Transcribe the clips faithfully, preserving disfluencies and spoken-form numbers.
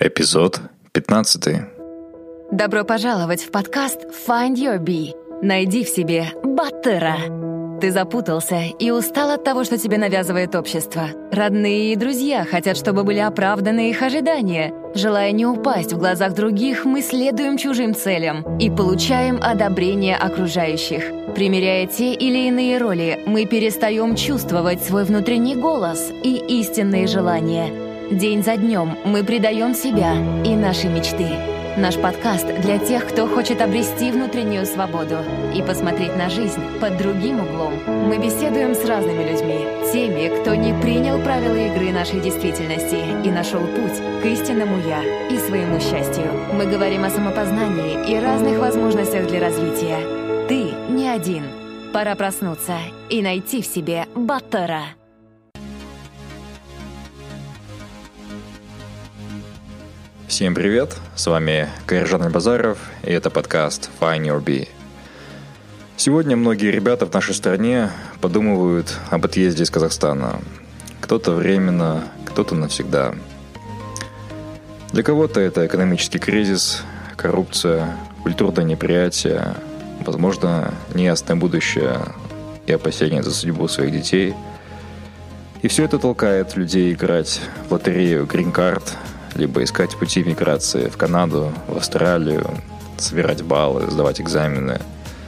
Эпизод пятнадцатый. Добро пожаловать в подкаст Find Your Bee. Найди в себе Баттера. Ты запутался и устал от того, что тебе навязывает общество. Родные и друзья хотят, чтобы были оправданы их ожидания. Желая не упасть в глазах других, мы следуем чужим целям и получаем одобрение окружающих. Примеряя те или иные роли, мы перестаем чувствовать свой внутренний голос и истинные желания. День за днем мы предаем себя и наши мечты. Наш подкаст для тех, кто хочет обрести внутреннюю свободу и посмотреть на жизнь под другим углом. Мы беседуем с разными людьми, теми, кто не принял правила игры нашей действительности и нашел путь к истинному «я» и своему счастью. Мы говорим о самопознании и разных возможностях для развития. Ты не один. Пора проснуться и найти в себе Баттера. Всем привет, с вами Кайржан Альбазаров, и это подкаст Find Your Bee. Сегодня многие ребята в нашей стране подумывают об отъезде из Казахстана. Кто-то временно, кто-то навсегда. Для кого-то это экономический кризис, коррупция, культурное неприятие, возможно, неясное будущее и опасения за судьбу своих детей. И все это толкает людей играть в лотерею Green Card, либо искать пути миграции в Канаду, в Австралию, собирать баллы, сдавать экзамены.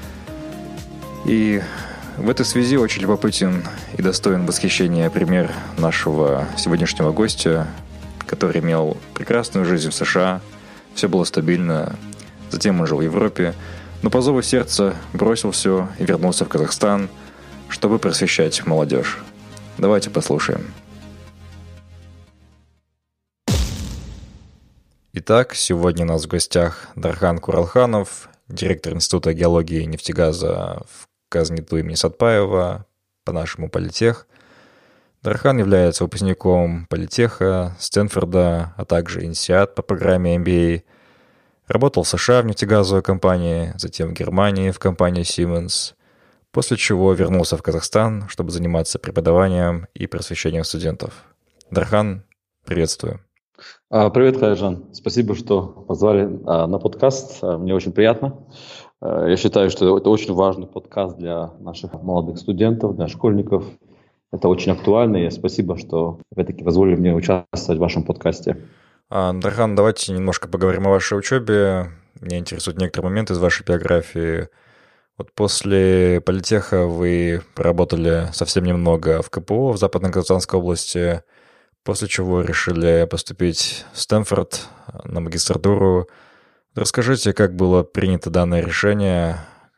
И в этой связи очень любопытен и достоин восхищения пример нашего сегодняшнего гостя, который имел прекрасную жизнь в США, все было стабильно, затем он жил в Европе, но по зову сердца бросил все и вернулся в Казахстан, чтобы просвещать молодежь. Давайте послушаем. Итак, сегодня у нас в гостях Дархан Куралханов, директор Института геологии и нефтегаза в Казнету имени Сатпаева, по-нашему Политех. Дархан является выпускником Политеха, Стэнфорда, а также инсиат по программе эм би эй. Работал в США в нефтегазовой компании, затем в Германии в компании Siemens, после чего вернулся в Казахстан, чтобы заниматься преподаванием и просвещением студентов. Дархан, приветствую. Привет, Кайржан. Спасибо, что позвали на подкаст. Мне очень приятно. Я считаю, что это очень важный подкаст для наших молодых студентов, для школьников. Это очень актуально, и спасибо, что вы таки позволили мне участвовать в вашем подкасте. Дархан, давайте немножко поговорим о вашей учебе. Меня интересуют некоторые моменты из вашей биографии. Вот после Политеха вы проработали совсем немного в ка пэ о в Западно-Казахстанской области, после чего решили поступить в Стэнфорд на магистратуру. Расскажите, как было принято данное решение,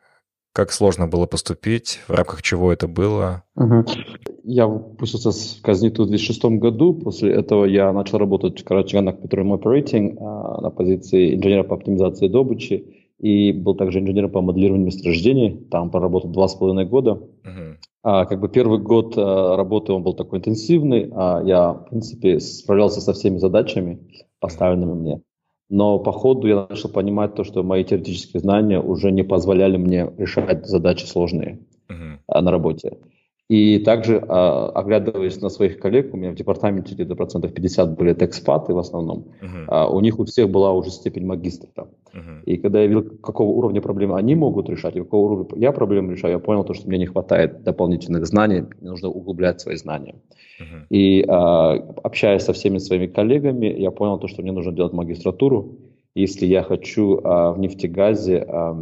как сложно было поступить, в рамках чего это было? Угу. Я выпустился в Казнету в две тысячи шестом году. После этого я начал работать в Карачаганах Petroleum Operating на позиции инженера по оптимизации добычи и был также инженером по моделированию месторождений. Там проработал два с половиной года. Угу. А, как бы первый год а, работы он был такой интенсивный, а я, в принципе, справлялся со всеми задачами, поставленными мне. Но по ходу я начал понимать то, что мои теоретические знания уже не позволяли мне решать задачи сложные uh-huh. а, на работе. И также, а, оглядываясь на своих коллег, у меня в департаменте где-то процентов пятьдесят были экспаты в основном, uh-huh. а, у них у всех была уже степень магистра. Uh-huh. И когда я видел, какого уровня проблемы они могут решать, и какого уровня я проблемы решаю, я понял, то, что мне не хватает дополнительных знаний, мне нужно углублять свои знания. Uh-huh. И а, общаясь со всеми своими коллегами, я понял, то, что мне нужно делать магистратуру, если я хочу а, в нефтегазе а,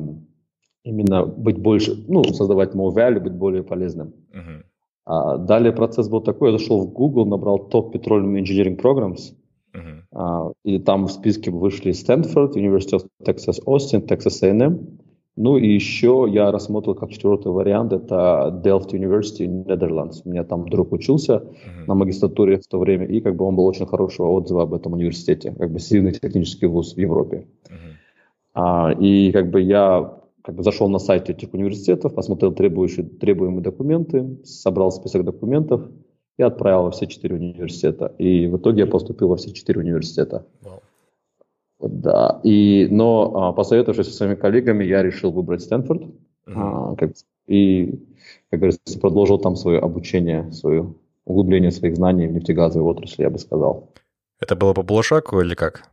именно быть больше, ну, создавать more value, быть более полезным. Uh-huh. А, далее процесс был такой, я зашел в Google, набрал топ Petroleum Engineering Programs, uh-huh. а, и там в списке вышли Стэнфорд, University of Texas Austin, Texas эй энд эм. Ну и еще я рассмотрел как четвертый вариант, это Delft University in Netherlands. У меня там друг учился uh-huh. на магистратуре в то время, и как бы он был очень хорошего отзыва об этом университете, как бы сильный технический вуз в Европе. Uh-huh. А, и как бы я как бы зашел на сайт этих университетов, посмотрел требующие, требуемые документы, собрал список документов и отправил во все четыре университета. И в итоге я поступил во все четыре университета. Wow. Да. И, но а, посоветовавшись со своими коллегами, я решил выбрать Стэнфорд. Uh-huh. А, как, и, как говорится, продолжил там свое обучение, свое углубление своих знаний в нефтегазовой отрасли, я бы сказал. Это было по полушаку или как?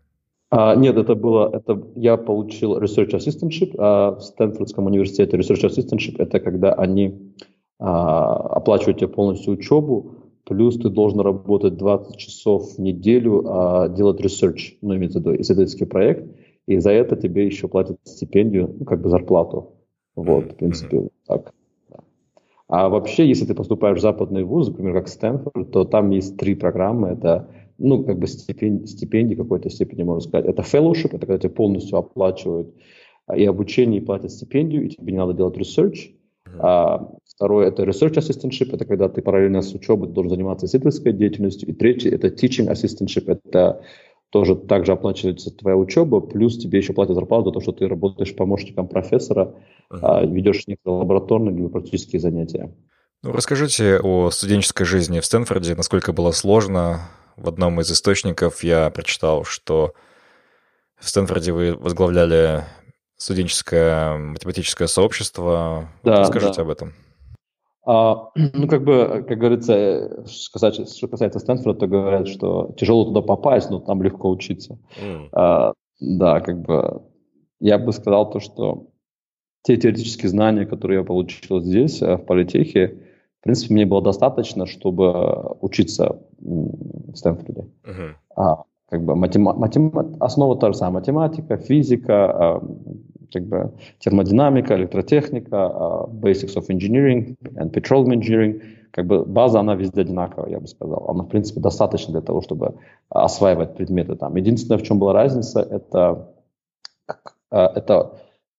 А, нет, это было, это я получил Research Assistantship а, в Стэнфордском университете. Research Assistantship — это когда они а, оплачивают тебе полностью учебу, плюс ты должен работать двадцать часов в неделю, а, делать research, ну, имеется в виду исследовательский проект, и за это тебе еще платят стипендию, ну, как бы зарплату. Вот, в принципе, mm-hmm. так. А вообще, если ты поступаешь в западный вуз, например, как Стэнфорд, то там есть три программы. Это, ну, как бы стипендии, стипендии какой-то степени, можно сказать. Это fellowship, это когда тебе полностью оплачивают и обучение, и платят стипендию, и тебе не надо делать research. Mm-hmm. А, второе — это research assistantship, это когда ты параллельно с учебой должен заниматься исследовательской деятельностью. И третье — это teaching assistantship, это тоже также оплачивается твоя учеба, плюс тебе еще платят зарплату за то, что ты работаешь помощником профессора, uh-huh. ведешь некоторые лабораторные или практические занятия. Ну, расскажите о студенческой жизни в Стэнфорде, насколько было сложно. В одном из источников я прочитал, что в Стэнфорде вы возглавляли студенческое математическое сообщество. Да, расскажите да. об этом. А, ну, как бы, как говорится, сказать, что касается Стэнфорда, то говорят, что тяжело туда попасть, но там легко учиться. Mm. А, да, как бы, я бы сказал то, что те теоретические знания, которые я получил здесь, в политехе, в принципе, мне было достаточно, чтобы учиться в Стэнфорде. Mm-hmm. А, как бы, матема- матема- основа та же самая: математика, физика, как бы термодинамика, электротехника, uh, basics of engineering and petroleum engineering, как бы база, она везде одинаковая, я бы сказал. Она, в принципе, достаточно для того, чтобы осваивать предметы там. Единственное, в чем была разница, это, это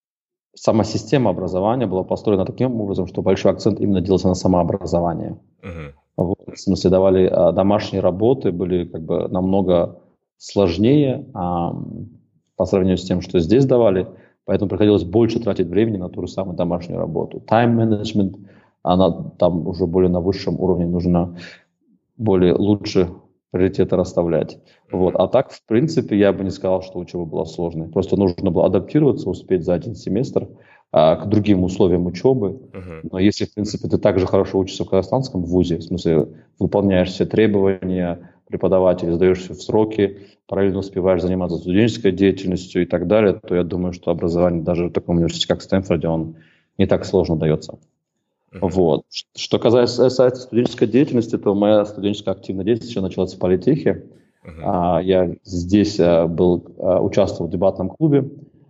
сама система образования была построена таким образом, что большой акцент именно делался на самообразование. Uh-huh. Вот, в смысле, давали а, домашние работы, были как бы намного сложнее а, по сравнению с тем, что здесь давали. Поэтому приходилось больше тратить времени на ту же самую домашнюю работу. Time management, она там уже более на высшем уровне, нужно более лучше приоритеты расставлять. Mm-hmm. Вот. А так, в принципе, я бы не сказал, что учеба была сложной. Просто нужно было адаптироваться, успеть за один семестр а, к другим условиям учебы. Mm-hmm. Но если, в принципе, ты также хорошо учишься в казахстанском вузе, в смысле выполняешь все требования преподавателей, сдаешься в сроки, параллельно успеваешь заниматься студенческой деятельностью и так далее, то я думаю, что образование даже в таком университете, как в Стэнфорде, он не так сложно дается. Uh-huh. Вот. Что касается студенческой деятельности, то моя студенческая активная деятельность еще началась в политехе. Uh-huh. А, я здесь а, был, а, участвовал в дебатном клубе.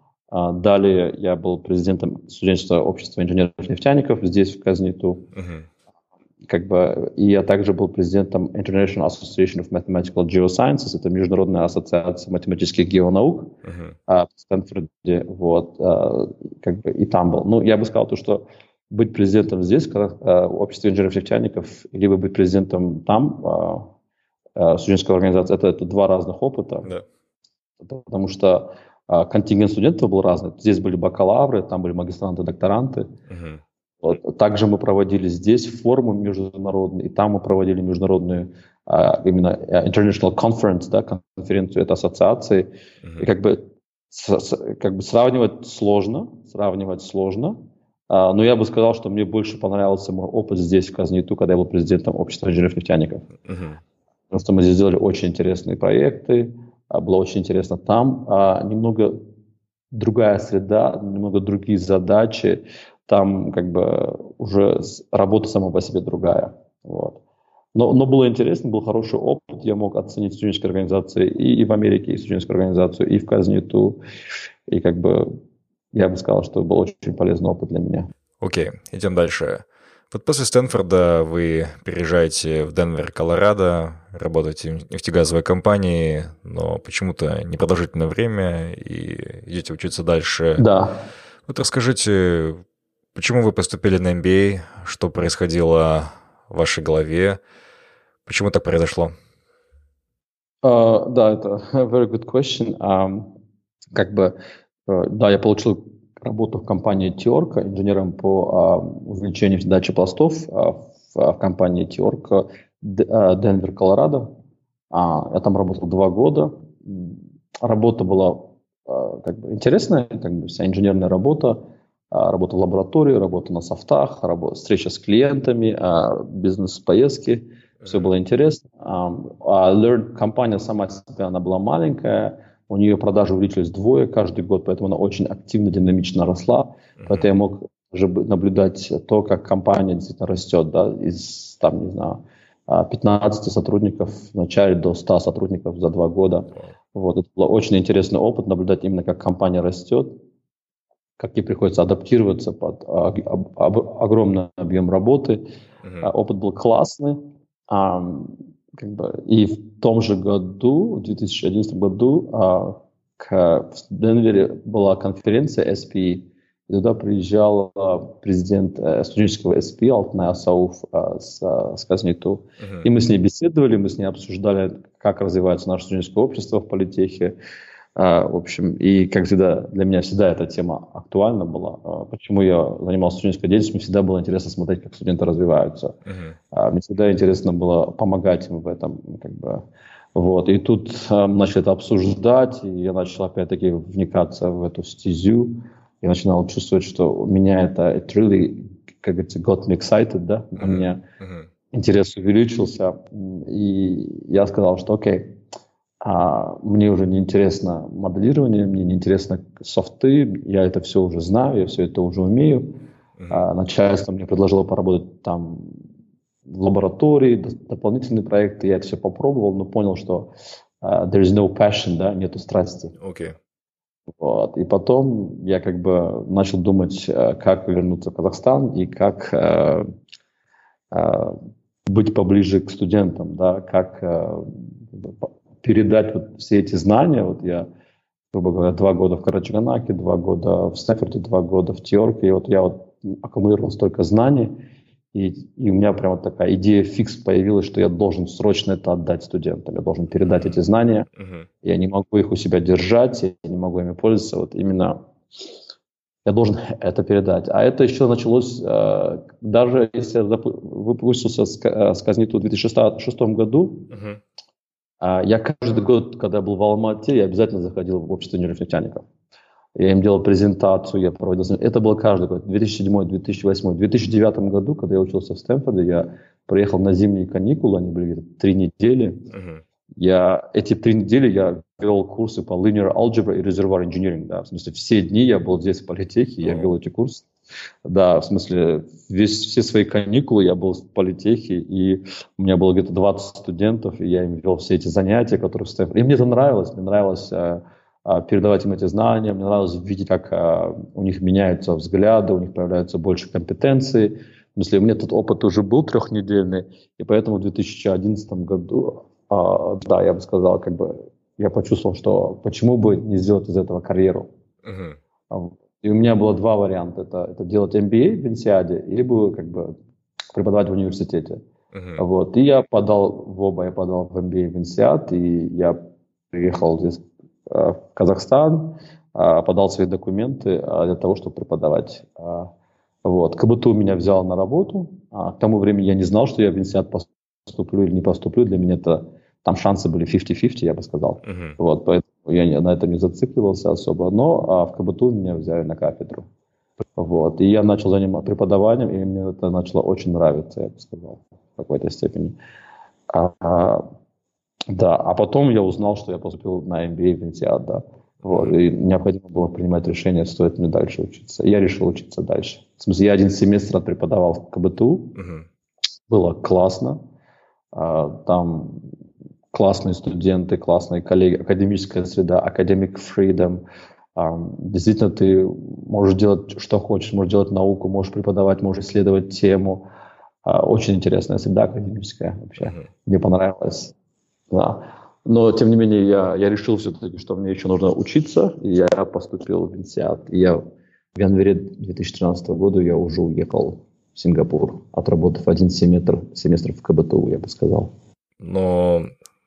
А, далее я был президентом студенческого общества инженеров-нефтяников здесь, в Казниту. Uh-huh. Как бы, и я также был президентом International Association of Mathematical Geosciences, это международная ассоциация математических геонаук uh-huh. а, в Стэнфорде, вот, а, как бы и там был. Ну, я бы сказал то, что быть президентом здесь, когда а, общество инженеров-нефтяников, либо быть президентом там, а, а, студенческой организации, это, это два разных опыта, yeah. потому что а, контингент студентов был разный. Здесь были бакалавры, там были магистранты, докторанты. Uh-huh. Вот. Также мы проводили здесь форумы международные, и там мы проводили международную а, именно International Conference, да, конференцию этой ассоциации. Uh-huh. И как бы, с, с, как бы сравнивать сложно, сравнивать сложно, а, но я бы сказал, что мне больше понравился мой опыт здесь, в Казниту, когда я был президентом общества инженеров-нефтяников. Uh-huh. Потому что мы здесь сделали очень интересные проекты, а, было очень интересно там. А, немного другая среда, немного другие задачи. Там как бы уже работа сама по себе другая. Вот. Но, но было интересно, был хороший опыт. Я мог оценить студенческие организации и, и в Америке, и студенческую организацию, и в Казниту. И как бы я бы сказал, что был очень полезный опыт для меня. Окей, okay, идем дальше. Вот после Стэнфорда вы переезжаете в Денвер, Колорадо, работаете в нефтегазовой компании, но почему-то непродолжительное время и идете учиться дальше. Да. Вот расскажите, почему вы поступили на эм би эй, что происходило в вашей голове, почему так произошло? Uh, да, это very good question. Um, как бы, uh, да, я получил работу в компании Теорка, инженером по uh, увеличению дачи пластов uh, в, в компании Теорка Денвер, Колорадо. Uh, я там работал два года. Работа была uh, как бы интересная, как бы вся инженерная работа. Работа в лаборатории, работа на софтах, работа, встреча с клиентами, бизнес-поездки. Все было интересно. А Learn компания сама себя, она была маленькая, У нее продажи увеличились вдвое каждый год, поэтому она очень активно, динамично росла. Mm-hmm. Поэтому я мог уже наблюдать то, как компания действительно растет, да, из, там, не знаю, пятнадцати сотрудников в начале до ста сотрудников за два года. Mm-hmm. Вот, это был очень интересный опыт, наблюдать именно, как компания растет, как ей приходится адаптироваться под ог- ог- огромный объем работы. Mm-hmm. Опыт был классный. А, как бы, и в том же году, в две тысячи одиннадцатом году, а, к, в Денвере была конференция эс пи и, и туда приезжал а, президент а, студенческого эс пи и Алтынай Асауов а, с, а, с Казниту. Uh-huh. И мы с ней беседовали, мы с ней обсуждали, как развивается наше студенческое общество в политехе. А, в общем, и, как всегда, для меня всегда эта тема актуальна была. А, почему я занимался студенческой деятельностью, мне всегда было интересно смотреть, как студенты развиваются. Uh-huh. А, мне всегда интересно было помогать им в этом. Как бы. Вот. И тут а, мы начали это обсуждать, и я начал опять-таки вникаться в эту стезю. Я начинал чувствовать, что у меня это it really, как говорится, got me excited, да? Uh-huh. У меня uh-huh. интерес увеличился. И я сказал, что окей, А мне уже не интересно моделирование, мне не интересно софты, я это все уже знаю, я все это уже умею. Mm-hmm. А начальство мне предложило поработать там в лаборатории, дополнительные проекты, я это все попробовал, но понял, что uh, there is no passion, да, нету страсти. Okay. Вот. И потом я как бы начал думать, как вернуться в Казахстан и как uh, uh, быть поближе к студентам, да, как uh, передать вот все эти знания. Вот я, грубо говоря, два года в Карачаганаке, два года в Стэнфорде, два года в Тьорке. И вот я вот аккумулировал столько знаний, и, и у меня прямо такая идея фикс появилась, что я должен срочно это отдать студентам. Я должен передать эти знания. Uh-huh. Я не могу их у себя держать, я не могу ими пользоваться. Вот именно я должен это передать. А это еще началось, даже если я выпустился с Казниту в две тысячи шестом году, uh-huh. Я каждый год, когда я был в Алма-Ате, я обязательно заходил в общество инженеров-нефтяников. Я им делал презентацию, я проводил... Это было каждый год. две тысячи седьмой, две тысячи восьмой. В две тысячи девятом году, когда я учился в Стэнфорде, я приехал на зимние каникулы, они были где-то три недели. Uh-huh. Я... Эти три недели я вел курсы по linear algebra и reservoir engineering. Да. В смысле, все дни я был здесь в политехе, uh-huh. я вел эти курсы. Да, в смысле, весь, все свои каникулы я был в политехе, и у меня было где-то двадцать студентов, и я им вел все эти занятия, которые в Стэнфорде. И мне это нравилось, мне нравилось а, а, передавать им эти знания, мне нравилось видеть, как а, у них меняются взгляды, у них появляются больше компетенций. В смысле, у меня этот опыт уже был трехнедельный, и поэтому в две тысячи одиннадцатом году, а, да, я бы сказал, как бы, я почувствовал, что почему бы не сделать из этого карьеру. Uh-huh. И у меня было два варианта. Это, это делать эм би эй в Инсиаде, либо как бы преподавать в университете. Uh-huh. Вот. И я подал в оба, я подал в эм би эй в Инсиад, и я приехал здесь э, в Казахстан, э, подал свои документы э, для того, чтобы преподавать. Э, вот. КБТУ меня взял на работу. А к тому времени я не знал, что я в Инсиад поступлю или не поступлю. Для меня это, там шансы были пятьдесят на пятьдесят, я бы сказал. Uh-huh. Вот. Поэтому я не, на этом не зацикливался особо, но а в КБТУ меня взяли на кафедру. Вот. И я начал заниматься преподаванием, и мне это начало очень нравиться, я бы сказал, в какой-то степени. А, а, да, а потом я узнал, что я поступил на эм би эй в Инсиад, да. Вот. И необходимо было принимать решение, стоит мне дальше учиться. И я решил учиться дальше. В смысле, я один семестр отпреподавал в КБТУ, uh-huh. было классно. А, там... классные студенты, классные коллеги, академическая среда, academic freedom. Um, действительно, ты можешь делать, что хочешь, можешь делать науку, можешь преподавать, можешь исследовать тему. Uh, очень интересная среда академическая вообще. Uh-huh. Мне понравилось. Да. Но, тем не менее, я, я решил все-таки, что мне еще нужно учиться, и я поступил в Инсиад. И я в январе две тысячи тринадцатого года я уже уехал в Сингапур, отработав один семестр, семестр в КБТУ, я бы сказал. Но...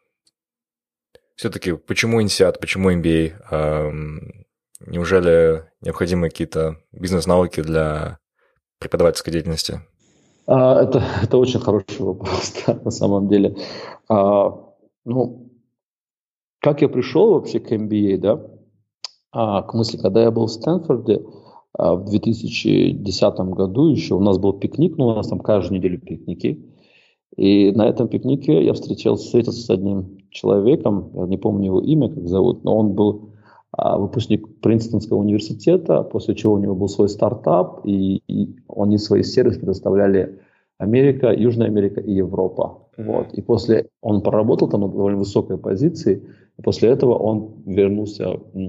Все-таки, почему Инсиад, почему эм би эй? Эм, неужели необходимы какие-то бизнес-навыки для преподавательской деятельности? А, это, это очень хороший вопрос, да, на самом деле. А, ну, как я пришел вообще к эм би эй, да? А, к мысли, когда я был в Стэнфорде а, в две тысячи десятом году еще, у нас был пикник, ну, у нас там каждую неделю пикники. И на этом пикнике я встретился, встретился с одним человеком, я не помню его имя, как зовут, но он был а, выпускник Принстонского университета, после чего у него был свой стартап, и, и они свои сервисы предоставляли Америка, Южная Америка и Европа. Вот. И после он проработал там на довольно высокой позиции, и после этого он вернулся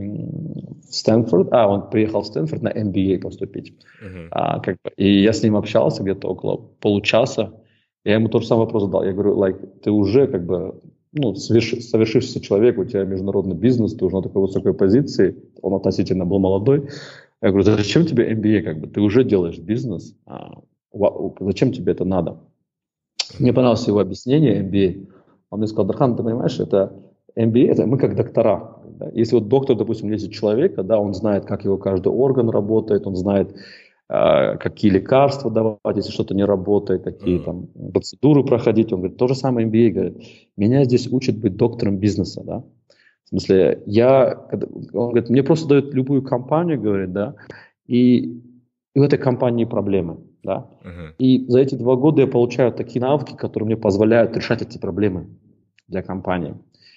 в Стэнфорд, а, он приехал в Стэнфорд на эм би эй поступить. Uh-huh. А, как бы, и я с ним общался где-то около получаса, я ему тот же самый вопрос задал. Я говорю, like, ты уже как бы ну, совершившийся человек, у тебя международный бизнес, ты уже на такой высокой позиции, он относительно был молодой. Я говорю, зачем тебе эм би эй, как бы, ты уже делаешь бизнес, а, зачем тебе это надо? Мне понравилось его объяснение эм би эй. Он мне сказал, Дархан, ты понимаешь, это эм би эй, это мы как доктора. Да? Если вот доктор, допустим, лечит человека, да, он знает, как его каждый орган работает, он знает, э, какие лекарства давать, если что-то не работает, какие там процедуры проходить. Он говорит, то же самое эм би эй говорит. Меня здесь учат быть доктором бизнеса, да. В смысле, я, он говорит, мне просто дают любую компанию, говорит, да, и, и в этой компании проблемы. Да? Uh-huh. И за эти два года я получаю такие навыки, которые мне позволяют решать эти проблемы для компании.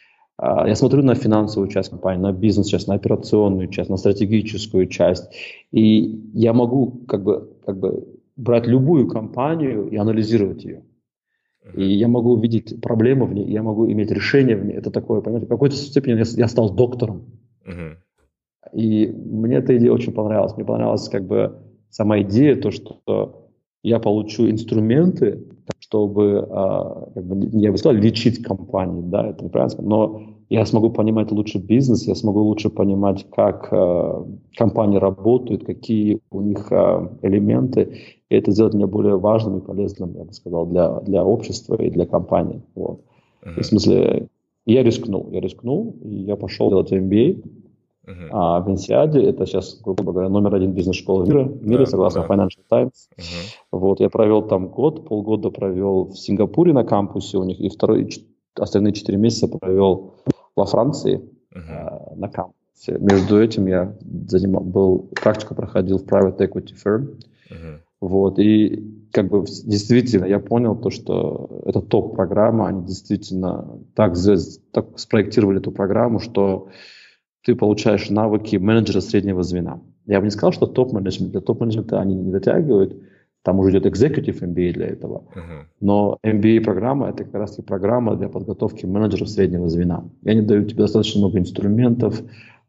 Я смотрю на финансовую часть компании, на бизнес-часть, на операционную часть, на стратегическую часть. И я могу как бы, как бы брать любую компанию и анализировать ее. Uh-huh. И я могу видеть проблемы в ней, я могу иметь решение в ней. Это такое, понимаете, в какой-то степени я, я стал доктором. Uh-huh. И мне эта идея очень понравилась. Мне понравилась как бы сама идея, то, что я получу инструменты, чтобы, как бы, я бы сказал, лечить компании, да, это неправильно сказать, но я смогу понимать лучше бизнес, я смогу лучше понимать, как э, компании работают, какие у них э, элементы, и это сделает меня более важным и полезным, я бы сказал, для, для общества и для компании. Вот. Uh-huh. В смысле, я рискнул, я рискнул, и я пошел делать эм би эй. Uh-huh. А в Инсиаде, это сейчас, грубо говоря, номер один бизнес-школа мира, в мире, да, согласно да. Financial Times. Uh-huh. Вот, я провел там год, полгода провел в Сингапуре на кампусе у них, и второй, остальные четыре месяца провел во Франции uh-huh. э, на кампусе. Между этим я занимал, был, практику проходил в private equity firm. Uh-huh. Вот, и как бы действительно я понял то, что это топ-программа, они действительно так, так спроектировали эту программу, что ты получаешь навыки менеджера среднего звена. Я бы не сказал, что топ-менеджмент, для топ-менеджмента они не дотягивают, там уже идет executive эм би эй для этого. Uh-huh. Но эм би эй-программа – это как раз программа для подготовки менеджеров среднего звена. И они дают тебе достаточно много инструментов,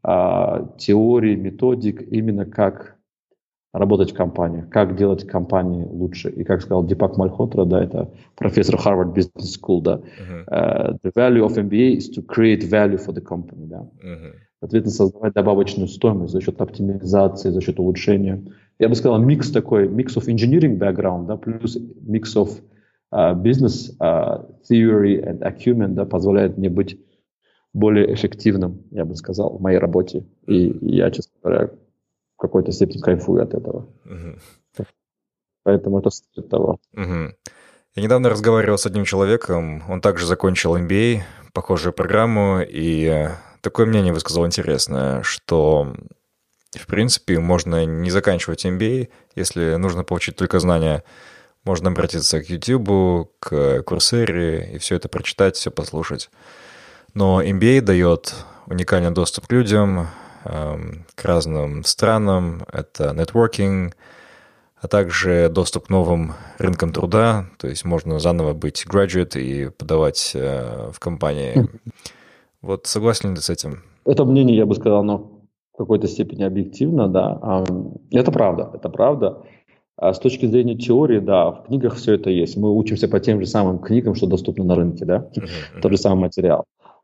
а, теорий, методик, именно как работать в компаниях, как делать компании лучше. И как сказал Дипак Мальхотра, да, это профессор Harvard Business School, да, uh-huh. uh, the value of эм би эй is to create value for the company, да. Uh-huh. Соответственно, создавать добавочную стоимость за счет оптимизации, за счет улучшения. Я бы сказал, микс такой, микс of engineering background, да, плюс микс of uh, business uh, theory and acumen, да, позволяет мне быть более эффективным, я бы сказал, в моей работе. И, и я, честно говоря, в какой-то степени кайфую от этого. Uh-huh. Поэтому это стоит того. Uh-huh. Я недавно разговаривал с одним человеком, он также закончил эм би эй, похожую программу, и такое мнение высказал интересное, что, в принципе, можно не заканчивать эм би эй, если нужно получить только знания. Можно обратиться к YouTube, к Coursera и все это прочитать, все послушать. Но эм би эй дает уникальный доступ к людям, к разным странам, это нетворкинг, а также доступ к новым рынкам труда, то есть можно заново быть graduate и подавать в компании. Вот согласен ли ты с этим? Это мнение, я бы сказал, оно в какой-то степени объективно, да. Это правда, это правда. А с точки зрения теории, да, в книгах все это есть. Мы учимся по тем же самым книгам, что доступно на рынке, да, uh-huh. тот же самый материал.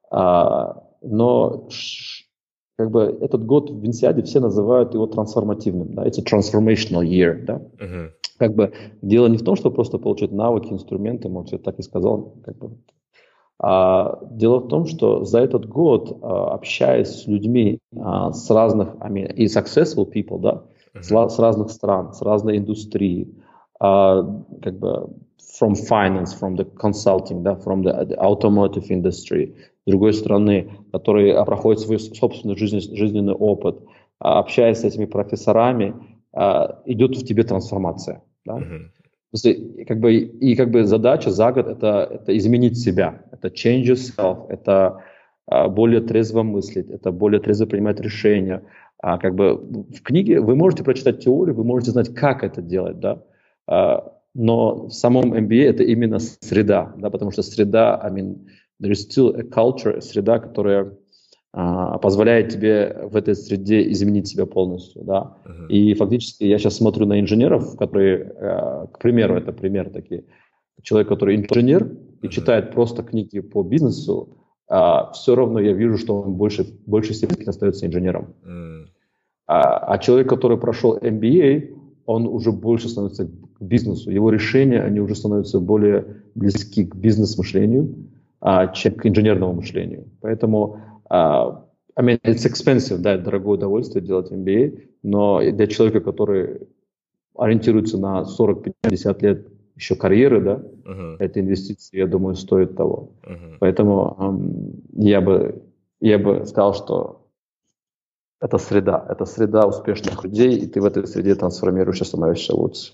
Но как бы этот год в Инсиаде все называют его трансформативным, да, это transformational year, да. Uh-huh. Как бы дело не в том, что просто получить навыки, инструменты, может, я так и сказал, как бы. А, дело в том, что за этот год, а, общаясь с людьми а, с разных, I mean, и successful people, да, uh-huh. с, с разных стран, с разной индустрии, а, как бы from finance, from the consulting, да, from the, the automotive industry, с другой стороны, которые проходят свой собственный жизнь, жизненный опыт, а, общаясь с этими профессорами, а, идет в тебе трансформация, да. Uh-huh. В смысле, как бы, и как бы задача за год это, это изменить себя, это change yourself, это а, более трезво мыслить, это более трезво принимать решения. А, как бы в книге вы можете прочитать теорию, вы можете знать, как это делать, да, а, но в самом эм би эй это именно среда, да, потому что среда, I mean, there is still a culture, среда, которая а, позволяет тебе в этой среде изменить себя полностью, да. Uh-huh. И фактически я сейчас смотрю на инженеров, которые, а, к примеру, это пример такие, человек, который инженер и uh-huh. читает просто книги по бизнесу, а, все равно я вижу, что он больше, в большей степени остается инженером. Uh-huh. А, а человек, который прошел эм би эй, он уже больше становится к бизнесу. Его решения, они уже становятся более близки к бизнес-мышлению, а, чем к инженерному мышлению. Поэтому, а, I mean, it's expensive, да, это дорогое удовольствие делать эм би эй, но для человека, который ориентируется на сорок-пятьдесят лет еще карьеры, да, uh-huh. эта инвестиция, я думаю, стоит того. Uh-huh. Поэтому um, я бы, я бы сказал, что это среда, это среда успешных людей, и ты в этой среде трансформируешься, становишься лучше.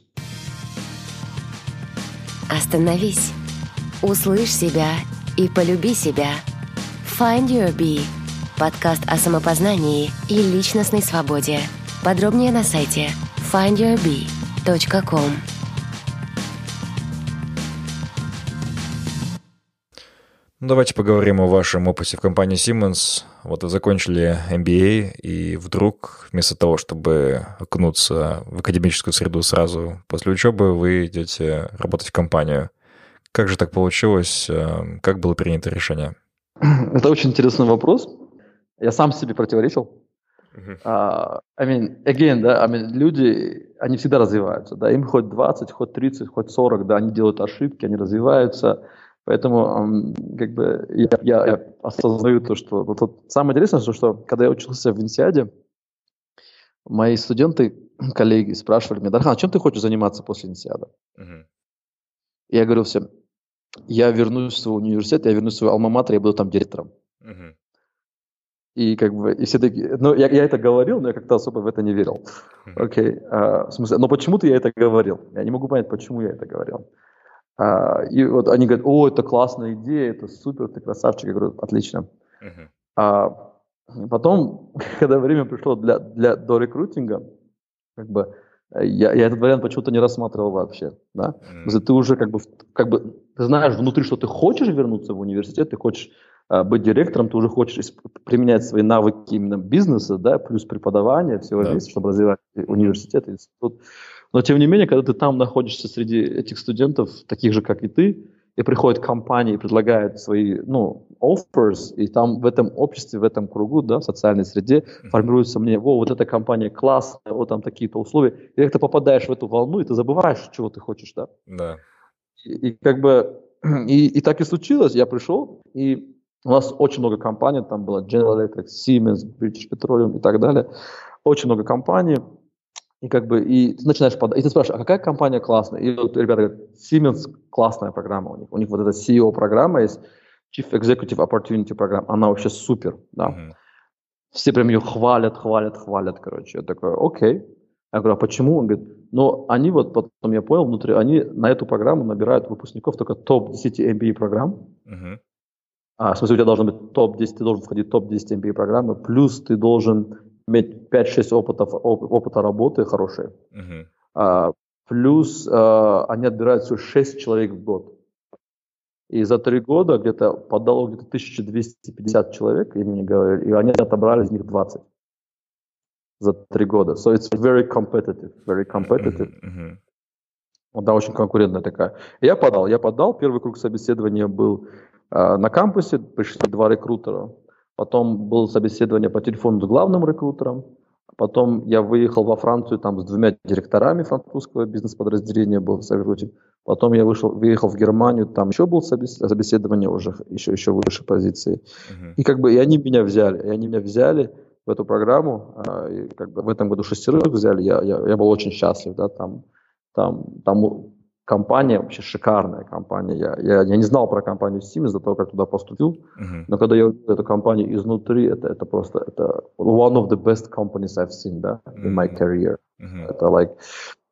Остановись, услышь себя и полюби себя. Find Your Bee. Подкаст о самопознании и личностной свободе. Подробнее на сайте файнд юр би точка ком. Ну, давайте поговорим о вашем опыте в компании Siemens. Вот вы закончили эм би эй, и вдруг вместо того, чтобы окунуться в академическую среду сразу после учебы, вы идете работать в компанию. Как же так получилось? Как было принято решение? Это очень интересный вопрос. Я сам себе противоречил. Uh-huh. Uh, I mean, again, да, I mean, люди, они всегда развиваются, да, им хоть двадцать, хоть тридцать, хоть сорок, да, они делают ошибки, они развиваются. Поэтому, um, как бы, я, я, я осознаю то, что... Вот, вот, самое интересное, что, что когда я учился в Инсиаде, мои студенты, коллеги спрашивали меня: Дархан, а чем ты хочешь заниматься после Инсиада? Uh-huh. Я говорю всем: я вернусь в свой университет, я вернусь в свой алма-матер, я буду там директором. Uh-huh. И как бы, и все такие... Ну, я, я это говорил, но я как-то особо в это не верил. Окей. Okay. Uh, в смысле, но почему-то я это говорил. Я не могу понять, почему я это говорил. Uh, и вот они говорят: о, это классная идея, это супер, ты красавчик. Я говорю: отлично. Uh-huh. Uh, потом, когда время пришло для, для, до рекрутинга, как бы, я, я этот вариант почему-то не рассматривал вообще. Да? Uh-huh. Ты уже как бы, как бы, ты знаешь внутри, что ты хочешь вернуться в университет, ты хочешь uh, быть директором, ты уже хочешь применять свои навыки именно бизнеса, да, плюс преподавания, всего вместе, uh-huh. чтобы развивать университет, институт. Но, тем не менее, когда ты там находишься среди этих студентов, таких же, как и ты, и приходят компании и предлагают свои, ну, offers, и там в этом обществе, в этом кругу, да, в социальной среде mm-hmm. формируется мнение: во, вот эта компания классная, вот там такие-то условия. И как ты попадаешь в эту волну, и ты забываешь, чего ты хочешь, да? Да. И, и как бы, и, и так и случилось. Я пришел, и у нас очень много компаний, там было General Electric, Siemens, British Petroleum и так далее. Очень много компаний. И как бы, и ты начинаешь подать, и ты спрашиваешь: а какая компания классная? И вот ребята говорят: Siemens классная программа у них. У них вот эта си и о-программа есть, Chief Executive Opportunity программа, она вообще супер, да. Uh-huh. Все прям ее хвалят, хвалят, хвалят, короче. Я такой: окей. Я говорю: а почему? Он говорит: ну, они вот, потом я понял, внутри, они на эту программу набирают выпускников только топ десять эм би эй программ. Uh-huh. А, в смысле, у тебя должен быть топ десять, ты должен входить в топ десять эм би эй программы, плюс ты должен иметь пять-шесть опытов, оп, опыта работы хорошие. Uh-huh. А, плюс а, они отбирают всего шесть человек в год. И за три года где-то подало где-то тысяча двести пятьдесят человек, и, мне говорили, и они отобрали из них двадцать. За три года. So it's very competitive. Very competitive. Uh-huh. Uh-huh. Да, очень конкурентная такая. И я подал. Я подал. Первый круг собеседования был а, на кампусе. Пришли два рекрутера. Потом было собеседование по телефону с главным рекрутером. Потом я выехал во Францию там с двумя директорами французского бизнес-подразделения был собеседование. Потом я вышел, выехал в Германию, там еще было собеседование уже еще, еще выше позиции. Uh-huh. И как бы и они меня взяли. И они меня взяли в эту программу. И как бы в этом году шестерых взяли. Я, я, я был очень счастлив. Да, там, там, там компания вообще шикарная компания. Я, я, я не знал про компанию Siemens до того, как туда поступил. Uh-huh. Но когда я увидел эту компанию изнутри, это, это просто это one of the best companies I've seen, да, in my career. Uh-huh. Это like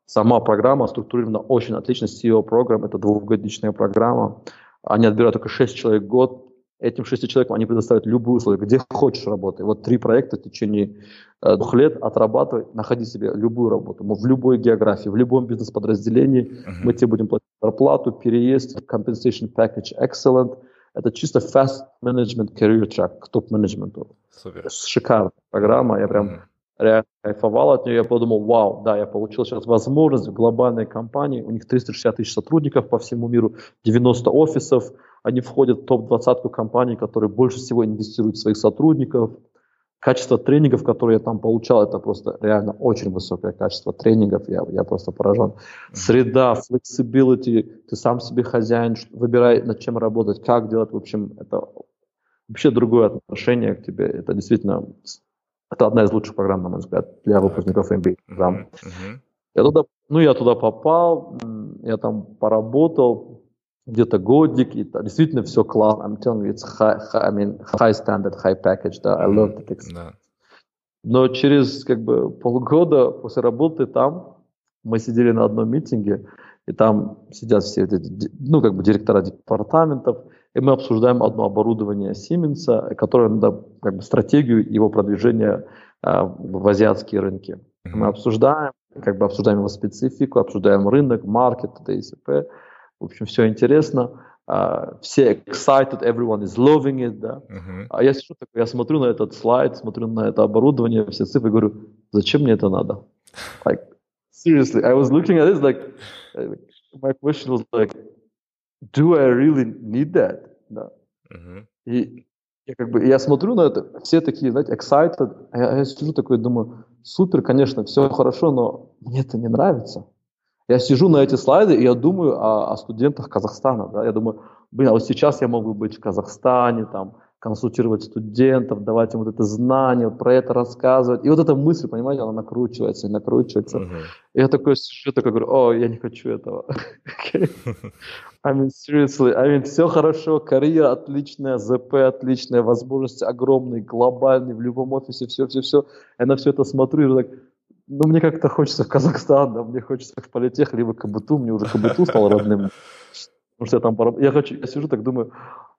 Сама программа структурирована очень отлично. си и о-программа, это двухгодичная программа. Они отбирают только шесть человек в год. Этим шести человекам они предоставят любую условия, где хочешь работать. Вот три проекта в течение э, двух лет отрабатывай, находи себе любую работу. В любой географии, в любом бизнес-подразделении. Uh-huh. Мы тебе будем платить зарплату, переезд, compensation package excellent. Это чисто fast management career track к топ-менеджменту. Супер. Шикарная программа. Я прям uh-huh. реально кайфовал от нее. Я подумал, вау, да, я получил сейчас возможность в глобальной компании. У них триста шестьдесят тысяч сотрудников по всему миру, девяносто офисов. Они входят в топ-двадцатку компаний, которые больше всего инвестируют в своих сотрудников. Качество тренингов, которые я там получал, это просто реально очень высокое качество тренингов. Я, я просто поражен. Среда, flexibility, ты сам себе хозяин, выбирай, над чем работать, как делать. В общем, это вообще другое отношение к тебе. Это действительно, это одна из лучших программ, на мой взгляд, для выпускников эм би эй программ. Uh-huh. Я туда, ну, я туда попал, я там поработал где-то годик, и да, действительно все классно. I'm telling you, it's high, high, I mean, high standard, high package, да, I love the text. Mm-hmm. Но через, как бы, полгода после работы там мы сидели на одном митинге, и там сидят все эти, ну, как бы, директора департаментов, и мы обсуждаем одно оборудование Siemens, которое надо, как бы, стратегию его продвижения а, в азиатские рынки. Mm-hmm. Мы обсуждаем, как бы, обсуждаем его специфику, обсуждаем рынок, маркет, т.д. и т.п. В общем, все интересно. Uh, все excited, everyone is loving it, да. Uh-huh. А я сижу такой, я смотрю на этот слайд, смотрю на это оборудование, все цифры, и говорю, зачем мне это надо? Like, seriously, I was looking at this, like, my question was like, do I really need that? Да. Uh-huh. И я, как бы, я смотрю на это, все такие, знаете, excited, а я, я сижу такой, думаю, супер, конечно, все хорошо, но мне это не нравится. Я сижу на эти слайды, и я думаю о, о студентах Казахстана. Да? Я думаю, блин, а вот сейчас я мог бы быть в Казахстане, там, консультировать студентов, давать им вот это знание, вот про это рассказывать. И вот эта мысль, понимаете, она накручивается и накручивается. Uh-huh. И я такой сижу, такой говорю, о, я не хочу этого. I mean, seriously, I mean, все хорошо, карьера отличная, ЗП отличная, возможности огромные, глобальные, в любом офисе, все-все-все. Я на все это смотрю и так... Ну, мне как-то хочется в Казахстан, да, мне хочется в политех, либо КБТУ, мне уже КБТУ стал родным. Потому что я там, пораб... я хочу, я сижу так думаю,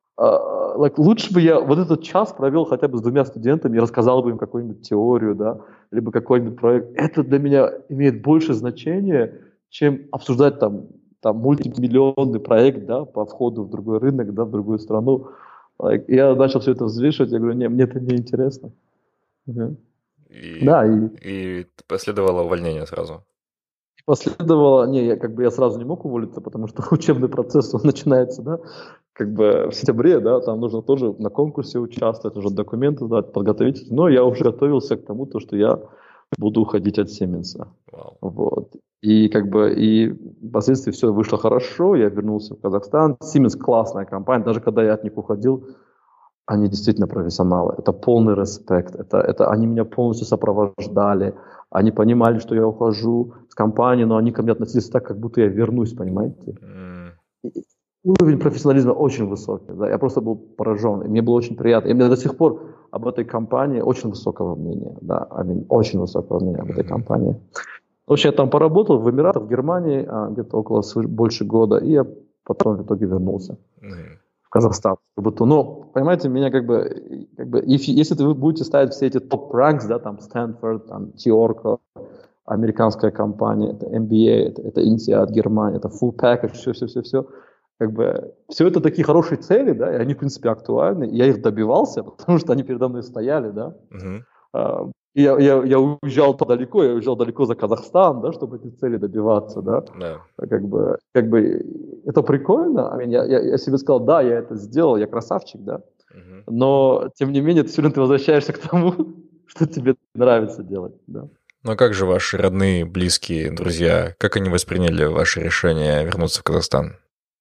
uh, like, лучше бы я вот этот час провел хотя бы с двумя студентами и рассказал бы им какую-нибудь теорию, да, либо какой-нибудь проект. Это для меня имеет больше значения, чем обсуждать там, там мультимиллионный проект, да, по входу в другой рынок, да, в другую страну. Like, я начал все это взвешивать, я говорю, не, мне это не интересно. Uh-huh. И, да, и... и последовало увольнение сразу. Последовало, не, я как бы я сразу не мог уволиться, потому что учебный процесс он начинается, да, как бы в сентябре, да, там нужно тоже на конкурсе участвовать, уже документы сдать, подготовить, но я уже готовился к тому, то, что я буду уходить от Siemens. Wow. Вот. И как бы и впоследствии все вышло хорошо, я вернулся в Казахстан. Siemens классная компания, даже когда я от них уходил, они действительно профессионалы, это полный респект, это, это они меня полностью сопровождали, они понимали, что я ухожу с компании, но они ко мне относились так, как будто я вернусь, понимаете? Mm. Уровень профессионализма очень высокий, да? Я просто был поражен, и мне было очень приятно, и мне до сих пор об этой компании очень высокого мнения, да, I mean, очень высокого мнения об этой компании. В общем, я там поработал в Эмиратах, в Германии, где-то около больше года, и я потом в итоге вернулся. Mm. Казахстан. Но, понимаете, меня как бы, как бы if, если вы будете ставить все эти топ-ранкс, да, там Стэнфорд, там Тиорко, американская компания, это эм би эй, это, это Инсиад, Германия, это full package, все-все-все-все, как бы, все это такие хорошие цели, да, и они, в принципе, актуальны, и я их добивался, потому что они передо мной стояли, да. Uh-huh. Uh, и я, я, я уезжал далеко, я уезжал далеко за Казахстан, да, чтобы эти цели добиваться, да. Yeah. Как бы, как бы, это прикольно. I mean, я, я, я себе сказал, да, я это сделал, я красавчик, да. Uh-huh. Но, тем не менее, все равно ты возвращаешься к тому, что тебе нравится делать, да. Ну а как же ваши родные, близкие, друзья, как они восприняли ваше решение вернуться в Казахстан?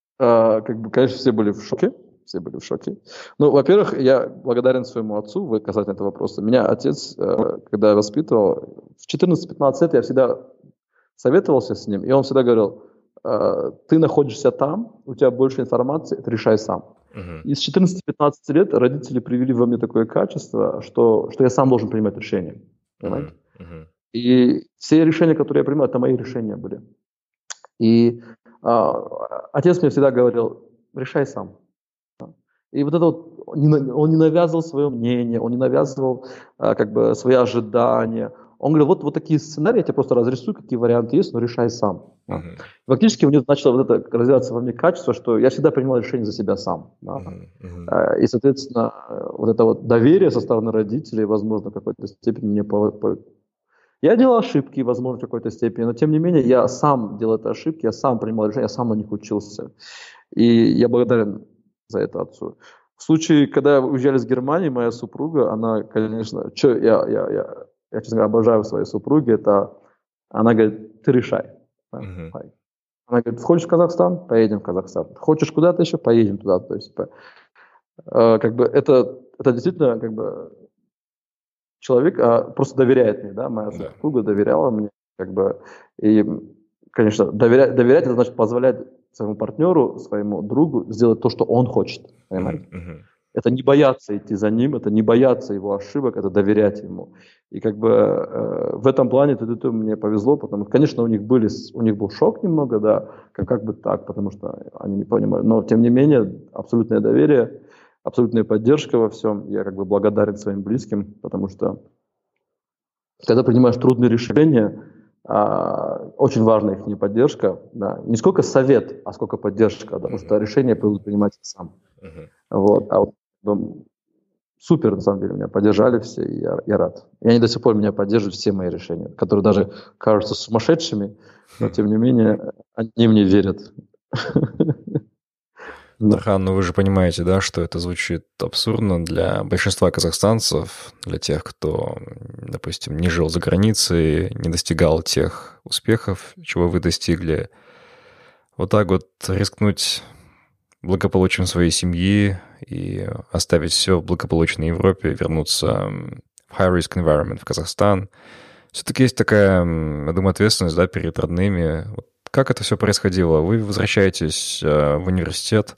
Uh, как бы, конечно, все были в шоке. Все были в шоке. Ну, во-первых, я благодарен своему отцу, вы касательно этого вопроса. Меня отец, когда я воспитывал, в четырнадцать-пятнадцать лет я всегда советовался с ним, и он всегда говорил, ты находишься там, у тебя больше информации, это решай сам. Uh-huh. И с четырнадцати-пятнадцати лет родители привели во мне такое качество, что, что я сам должен принимать решения. Понимаете? Uh-huh. Uh-huh. И все решения, которые я принимал, это мои решения были. И а, отец мне всегда говорил, решай сам. И вот это вот, он не навязывал свое мнение, он не навязывал а, как бы свои ожидания. Он говорил, вот, вот такие сценарии, я тебе просто разрисую, какие варианты есть, но решай сам. Uh-huh. Фактически у него начало вот это развиваться во мне качество, что я всегда принимал решение за себя сам. Да? Uh-huh. Uh-huh. И, соответственно, вот это вот доверие со стороны родителей, возможно, в какой-то степени мне... По, по... Я делал ошибки, возможно, в какой-то степени, но, тем не менее, я сам делал эти ошибки, я сам принимал решения, я сам на них учился. И я благодарен за это отцу. В случае, когда уезжали с Германии, моя супруга, она, конечно... Чё, я, я, я, я, честно говоря, обожаю своей супруги, это... Она говорит, ты решай. Uh-huh. Она говорит, хочешь в Казахстан? Поедем в Казахстан. Хочешь куда-то еще? Поедем туда. То есть, э, как бы это, это действительно как бы человек э, просто доверяет мне, да, моя yeah. супруга доверяла мне, как бы, и, конечно, доверять, доверять это значит позволять своему партнеру, своему другу сделать то, что он хочет, понимаете? Uh-huh. Это не бояться идти за ним, это не бояться его ошибок, это доверять ему. И как бы э, в этом плане ТТТ мне повезло, потому что, конечно, у них были, у них был шок немного, да, как, как бы так, потому что они не понимали. Но, тем не менее, абсолютное доверие, абсолютная поддержка во всем. Я как бы благодарен своим близким, потому что когда принимаешь трудные решения, э, очень важна их не поддержка, да, не сколько совет, а сколько поддержка, да, потому что решение буду принимать сам. Uh-huh. Вот, а вот супер, на самом деле, меня поддержали все, и я, я рад. И они до сих пор меня поддерживают, все мои решения, которые даже кажутся сумасшедшими, но, тем не менее, они мне верят. Дархан, ну вы же понимаете, да, что это звучит абсурдно для большинства казахстанцев, для тех, кто, допустим, не жил за границей, не достигал тех успехов, чего вы достигли. Вот так вот рискнуть благополучием своей семьи и оставить все в благополучной Европе, вернуться в high-risk environment в Казахстан. Все-таки есть такая, я думаю, ответственность, да, перед родными. Вот как это все происходило? Вы возвращаетесь в университет,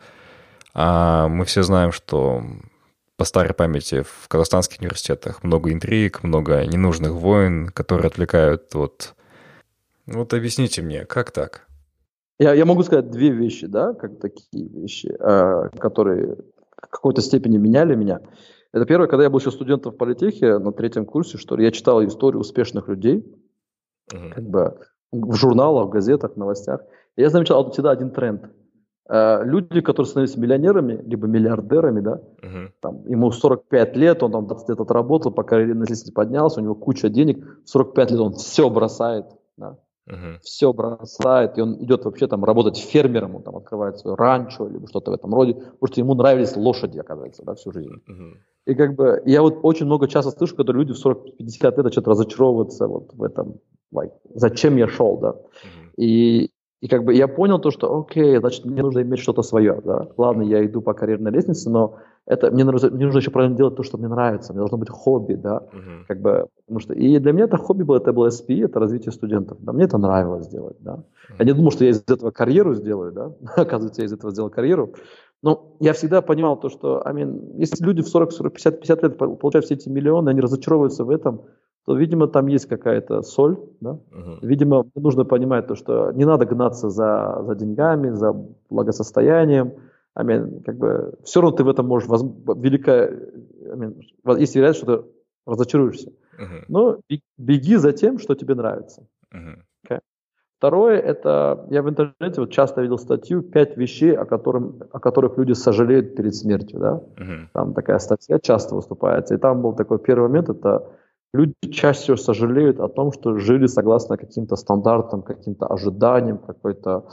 а мы все знаем, что по старой памяти в казахстанских университетах много интриг, много ненужных войн, которые отвлекают от... Вот объясните мне, как так? Я, я могу сказать две вещи, да, как такие вещи, э, которые в какой-то степени меняли меня. Это первое, когда я был еще студентом в политехе на третьем курсе, что ли, я читал историю успешных людей, uh-huh. как бы в журналах, в газетах, в новостях. И я замечал всегда один тренд. Э, люди, которые становились миллионерами, либо миллиардерами, да, uh-huh. там, ему сорок пять лет, он там двадцать лет отработал, пока на лестнице поднялся, у него куча денег, в сорок пять лет он все бросает, да. Uh-huh. Все бросает, и он идет вообще там работать фермером, он там открывает свое ранчо, либо что-то в этом роде, потому что ему нравились лошади, оказывается, да, всю жизнь. Uh-huh. И как бы я вот очень много часто слышу, когда люди в сорок-пятьдесят лет начинают разочаровываться вот в этом, like, зачем я шел, да. Uh-huh. И, и как бы я понял то, что окей, значит, мне нужно иметь что-то свое, да. Ладно, я иду по карьерной лестнице, но это, мне, нужно, мне нужно еще правильно делать то, что мне нравится, мне должно быть хобби, да, uh-huh. как бы, потому что, и для меня это хобби было, это было эс пи и, это развитие студентов, да, мне это нравилось делать, да, uh-huh. я не думал, что я из этого карьеру сделаю, да, оказывается, я из этого сделал карьеру, но я всегда понимал то, что, I mean, если люди в сорок, сорок, пятьдесят, пятьдесят лет получают все эти миллионы, они разочаровываются в этом, то, видимо, там есть какая-то соль, да, uh-huh. видимо, нужно понимать то, что не надо гнаться за, за деньгами, за благосостоянием, I mean, как бы, все равно ты в этом можешь, воз, великая, I mean, есть вероятность, что ты разочаруешься. Uh-huh. Но беги за тем, что тебе нравится. Uh-huh. Okay? Второе, это, я в интернете вот часто видел статью «Пять вещей, о, котором, о которых люди сожалеют перед смертью». Да? Uh-huh. Там такая статья часто выступается. И там был такой первый момент, это люди чаще всего сожалеют о том, что жили согласно каким-то стандартам, каким-то ожиданиям, какой-то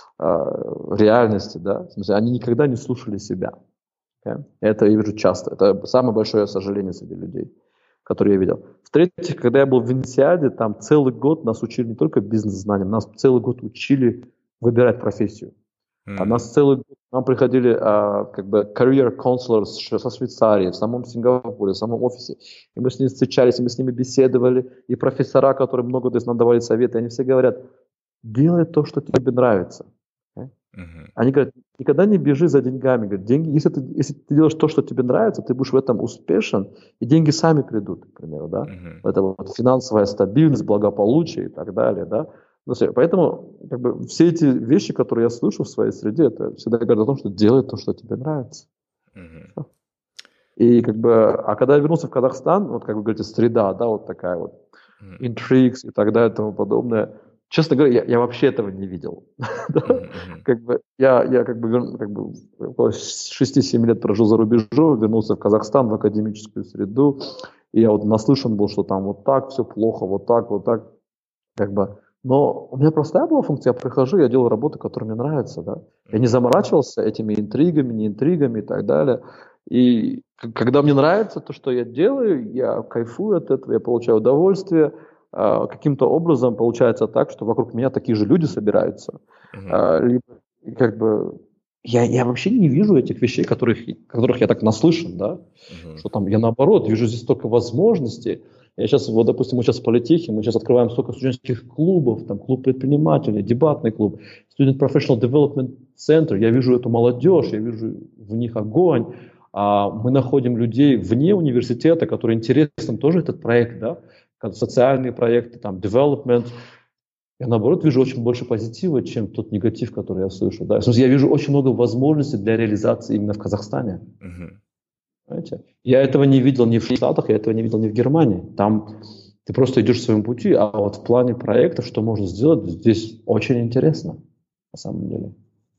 реальности, да, в смысле, они никогда не слушали себя. Okay? Это я вижу часто. Это самое большое сожаление среди людей, которые я видел. В-третьих, когда я был в Инсиаде, там целый год нас учили не только бизнес-знаниям, нас целый год учили выбирать профессию. Mm-hmm. А нас целый год, нам приходили а, как бы career counselors со Швейцарии, в самом Сингапуре, в самом офисе. И мы с ними встречались, и мы с ними беседовали. И профессора, которые много нам давали советы, они все говорят, делай то, что тебе нравится. Мгм. Они говорят, никогда не бежи за деньгами. Говорят, деньги, если ты, если ты делаешь то, что тебе нравится, ты будешь в этом успешен, и деньги сами придут, к примеру, да. Мгм. Это вот финансовая стабильность, благополучие и так далее, да. Ну, всё. Поэтому как бы, все эти вещи, которые я слышу в своей среде, это всегда говорят о том, что делай то, что тебе нравится. Мгм. И как бы, а когда я вернулся в Казахстан, вот как вы говорите, среда, да, вот такая вот, Мгм. intrigues и так далее и тому подобное. Честно говоря, я, я вообще этого не видел. Да. Мгм. Мгм. Как бы, я, я как бы, вер- как бы около шести-семи лет прожил за рубежом, вернулся в Казахстан, в академическую среду, и я вот наслышан был, что там вот так все плохо, вот так, вот так, как бы. Но у меня простая была функция, я прихожу, я делаю работу, которая мне нравится, да. Я не Мгм. заморачивался этими интригами, не интригами и так далее. И к- когда мне нравится то, что я делаю, я кайфую от этого, я получаю удовольствие. А, каким-то образом получается так, что вокруг меня такие же люди собираются. Мгм. А, либо, как бы, я, я вообще не вижу этих вещей, которых, которых я так наслышан, да, Мгм. что там я наоборот вижу здесь столько возможностей. Я сейчас, вот, допустим, мы сейчас в политехе, мы сейчас открываем столько студенческих клубов, там клуб предпринимателей, дебатный клуб, Student Professional Development Center. Я вижу эту молодежь, я вижу в них огонь. А мы находим людей вне университета, которые интересен тоже этот проект, да, как социальные проекты, там, development. Я, наоборот, вижу очень больше позитива, чем тот негатив, который я слышу. Да. В смысле, я вижу очень много возможностей для реализации именно в Казахстане. Мгм. Понимаете? Я этого не видел ни в Штатах, я этого не видел ни в Германии. Там ты просто идешь в своем пути, а вот в плане проектов, что можно сделать, здесь очень интересно, на самом деле.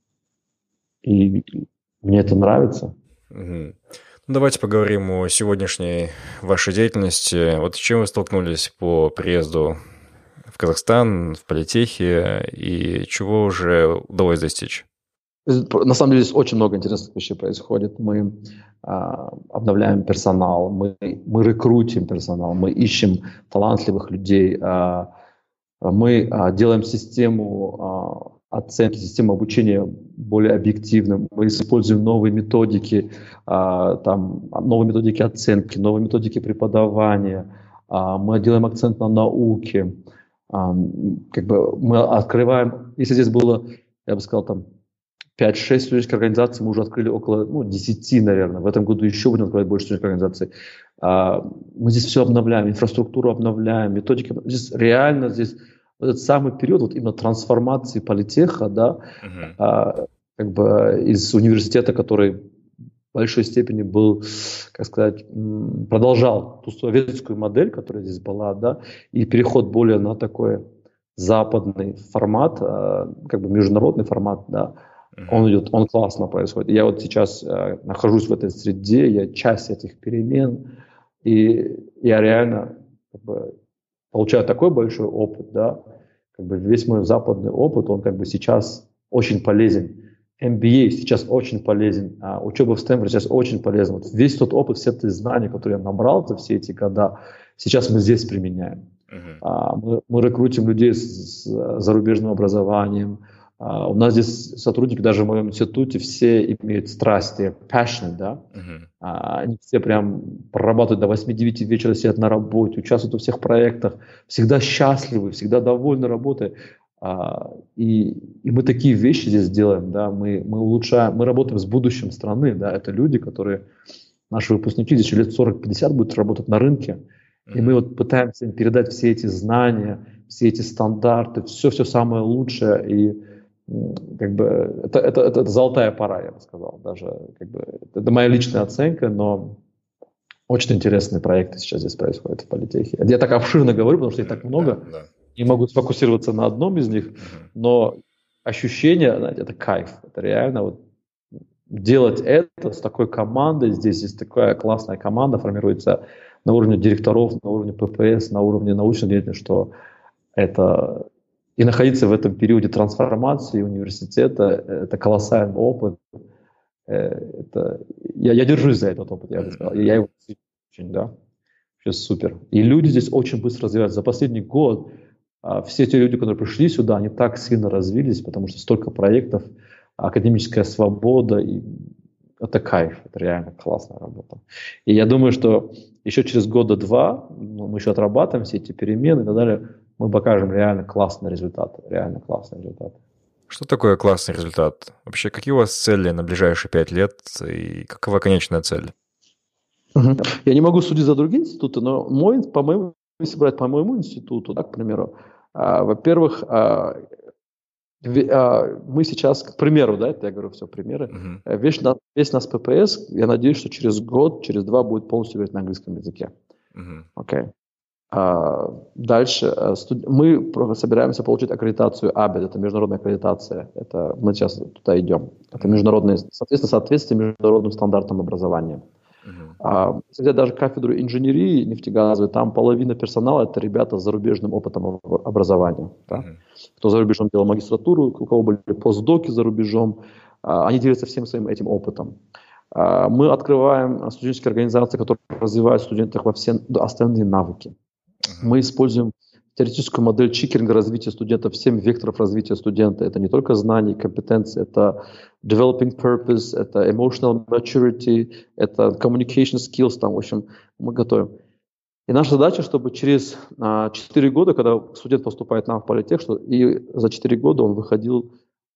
И мне это нравится. Мгм. Ну, давайте поговорим о сегодняшней вашей деятельности. Вот с чем вы столкнулись по приезду в Казахстан, в политехе, и чего уже удалось достичь? На самом деле здесь очень много интересных вещей происходит. Мы а, обновляем персонал, мы, мы рекрутим персонал, мы ищем талантливых людей, а, мы а, делаем систему а, оценки, систему обучения более объективным, мы используем новые методики, а, там, новые методики оценки, новые методики преподавания, а, мы делаем акцент на науке, а, как бы мы открываем, если здесь было, я бы сказал, там, пять-шесть студенческих организаций, мы уже открыли около, ну, десяти, наверное. В этом году еще будем открывать больше студенческих организаций. А, мы здесь все обновляем, инфраструктуру обновляем, методики. Здесь реально, здесь в этот самый период вот именно трансформации политеха, да, Мгм. а, как бы из университета, который в большой степени был, как сказать, м, продолжал ту советскую модель, которая здесь была, да, и переход более на такой западный формат, а, как бы международный формат, да, он Мгм. идет, он классно происходит. Я вот сейчас э, нахожусь в этой среде, я часть этих перемен, и я реально как бы, получаю такой большой опыт, да, как бы весь мой западный опыт, он как бы сейчас очень полезен. эм би эй сейчас очень полезен, а учеба в Стэнфорде сейчас очень полезна. Вот весь тот опыт, все те знания, которые я набрал за все эти года, сейчас мы здесь применяем. Мгм. А, мы, мы рекрутим людей с, с зарубежным образованием. А, у нас здесь сотрудники даже в моем институте все имеют страсть, they are passionate, да. Мгм. А, они все прям прорабатывают до восьми-девяти вечера, сидят на работе, участвуют во всех проектах, всегда счастливы, всегда довольны работой. А, и, и мы такие вещи здесь делаем, да, мы, мы улучшаем, мы работаем с будущим страны, да, это люди, которые, наши выпускники здесь еще лет сорок-пятьдесят будут работать на рынке, и мы Мгм. вот пытаемся им передать все эти знания, все эти стандарты, все-все самое лучшее, и м, как бы это, это, это, это золотая пора, я бы сказал, даже как бы это моя личная оценка, но очень интересные проекты сейчас здесь происходят в политехе. Я так обширно говорю, потому что их так М, Да, много, да. не могу сфокусироваться на одном из них, Мгм. но ощущение, знаете, это кайф, это реально вот делать это с такой командой, здесь есть такая классная команда, формируется на уровне директоров, на уровне пэ пэ эс, на уровне научной деятельности, что это и находиться в этом периоде трансформации университета, это колоссальный опыт. Э, Это, я, я держусь за этот опыт, я бы сказал. Мгм. Я его очень, да, вообще супер. И люди здесь очень быстро развиваются. За последний год а, все те люди, которые пришли сюда, они так сильно развились, потому что столько проектов, академическая свобода, и это кайф, это реально классная работа. И я думаю, что еще через года два, ну, мы еще отрабатываем все эти перемены и так далее, мы покажем реально классный результат, реально классный результат. Что такое классный результат? Вообще, какие у вас цели на ближайшие пять лет и какова конечная цель? Мгм. Я не могу судить за другие институты, но мой, по моему, если брать по моему институту, да, к примеру, а, во-первых, а, ве- а, мы сейчас, к примеру, да, это я говорю все примеры, Мгм. э, весь, на- весь наш ППС, я надеюсь, что через год, через два будет полностью говорить на английском языке. Мгм. Окей. А, дальше а, студ- мы про- собираемся получить аккредитацию эй би и, это международная аккредитация. Это мы сейчас туда идем. Это Мгм. международные, соответственно, соответствие международным стандартам образования. Мгм. А, если взять даже кафедру инженерии нефтегазовой, там половина персонала это ребята с зарубежным опытом об- образования. Да? Мгм. Кто за рубежом делал магистратуру, у кого были постдоки за рубежом, а, они делятся всем своим этим опытом. А, мы открываем студенческие организации, которые развивают студентов во все остальные навыки. Мгм. Мы используем теоретическую модель чикеринга развития студентов, семь векторов развития студента. Это не только знания, компетенции, это developing purpose, это emotional maturity, это communication skills, там, в общем, мы готовим. И наша задача, чтобы через а, четыре года, когда студент поступает нам в политех, что и за четыре года он выходил,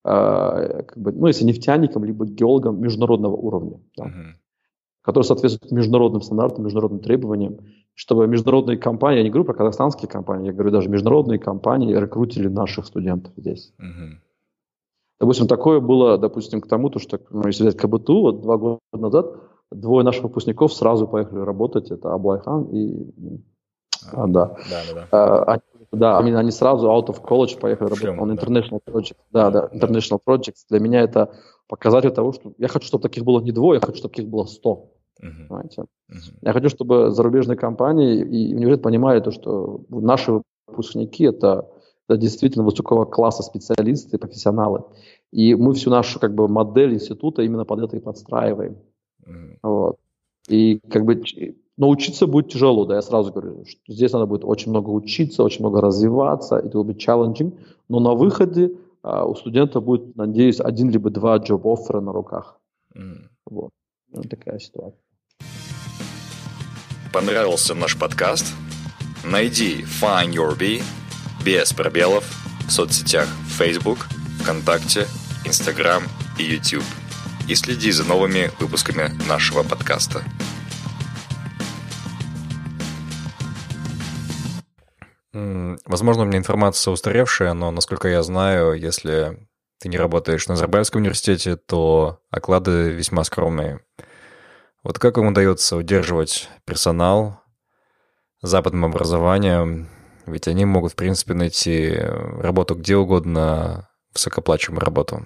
а, как бы, ну, если нефтяником, либо геологом международного уровня. Да, Мгм. который соответствует международным стандартам, международным требованиям, чтобы международные компании, я не говорю про казахстанские компании, я говорю даже международные компании рекрутили наших студентов здесь. Мгм. Допустим, такое было, допустим, к тому, то, что, ну, если взять КБТУ, вот два года назад двое наших выпускников сразу поехали работать, это Аблайхан и, А, а, да, Да, да, да. А, они, да, они, они сразу out of college поехали работать, Шлем, он да. international project, да, Да, да, да. international projects, для меня это показатель того, что я хочу, чтобы таких было не двое, я хочу, чтобы таких было сто, Мгм. понимаете? Мгм. Я хочу, чтобы зарубежные компании и университет понимали то, что наши выпускники это, это действительно высокого класса специалисты, профессионалы. И мы всю нашу как бы модель института именно под это и подстраиваем. Мгм. Вот. И как бы ч- научиться будет тяжело, да, я сразу говорю, что здесь надо будет очень много учиться, очень много развиваться, it will be challenging, но на выходе а, у студента будет, надеюсь, один либо два job-оффера на руках. Мгм. Вот. Ну, такая ситуация. Понравился наш подкаст? Найди Find Your Bee без пробелов в соцсетях Facebook, ВКонтакте, Instagram и YouTube и следи за новыми выпусками нашего подкаста. М, Возможно, у меня информация устаревшая, но, насколько я знаю, если ты не работаешь на Назарбаевском университете, то оклады весьма скромные. Вот как вам удается удерживать персонал с западным образованием? Ведь они могут, в принципе, найти работу где угодно, высокооплачиваемую работу.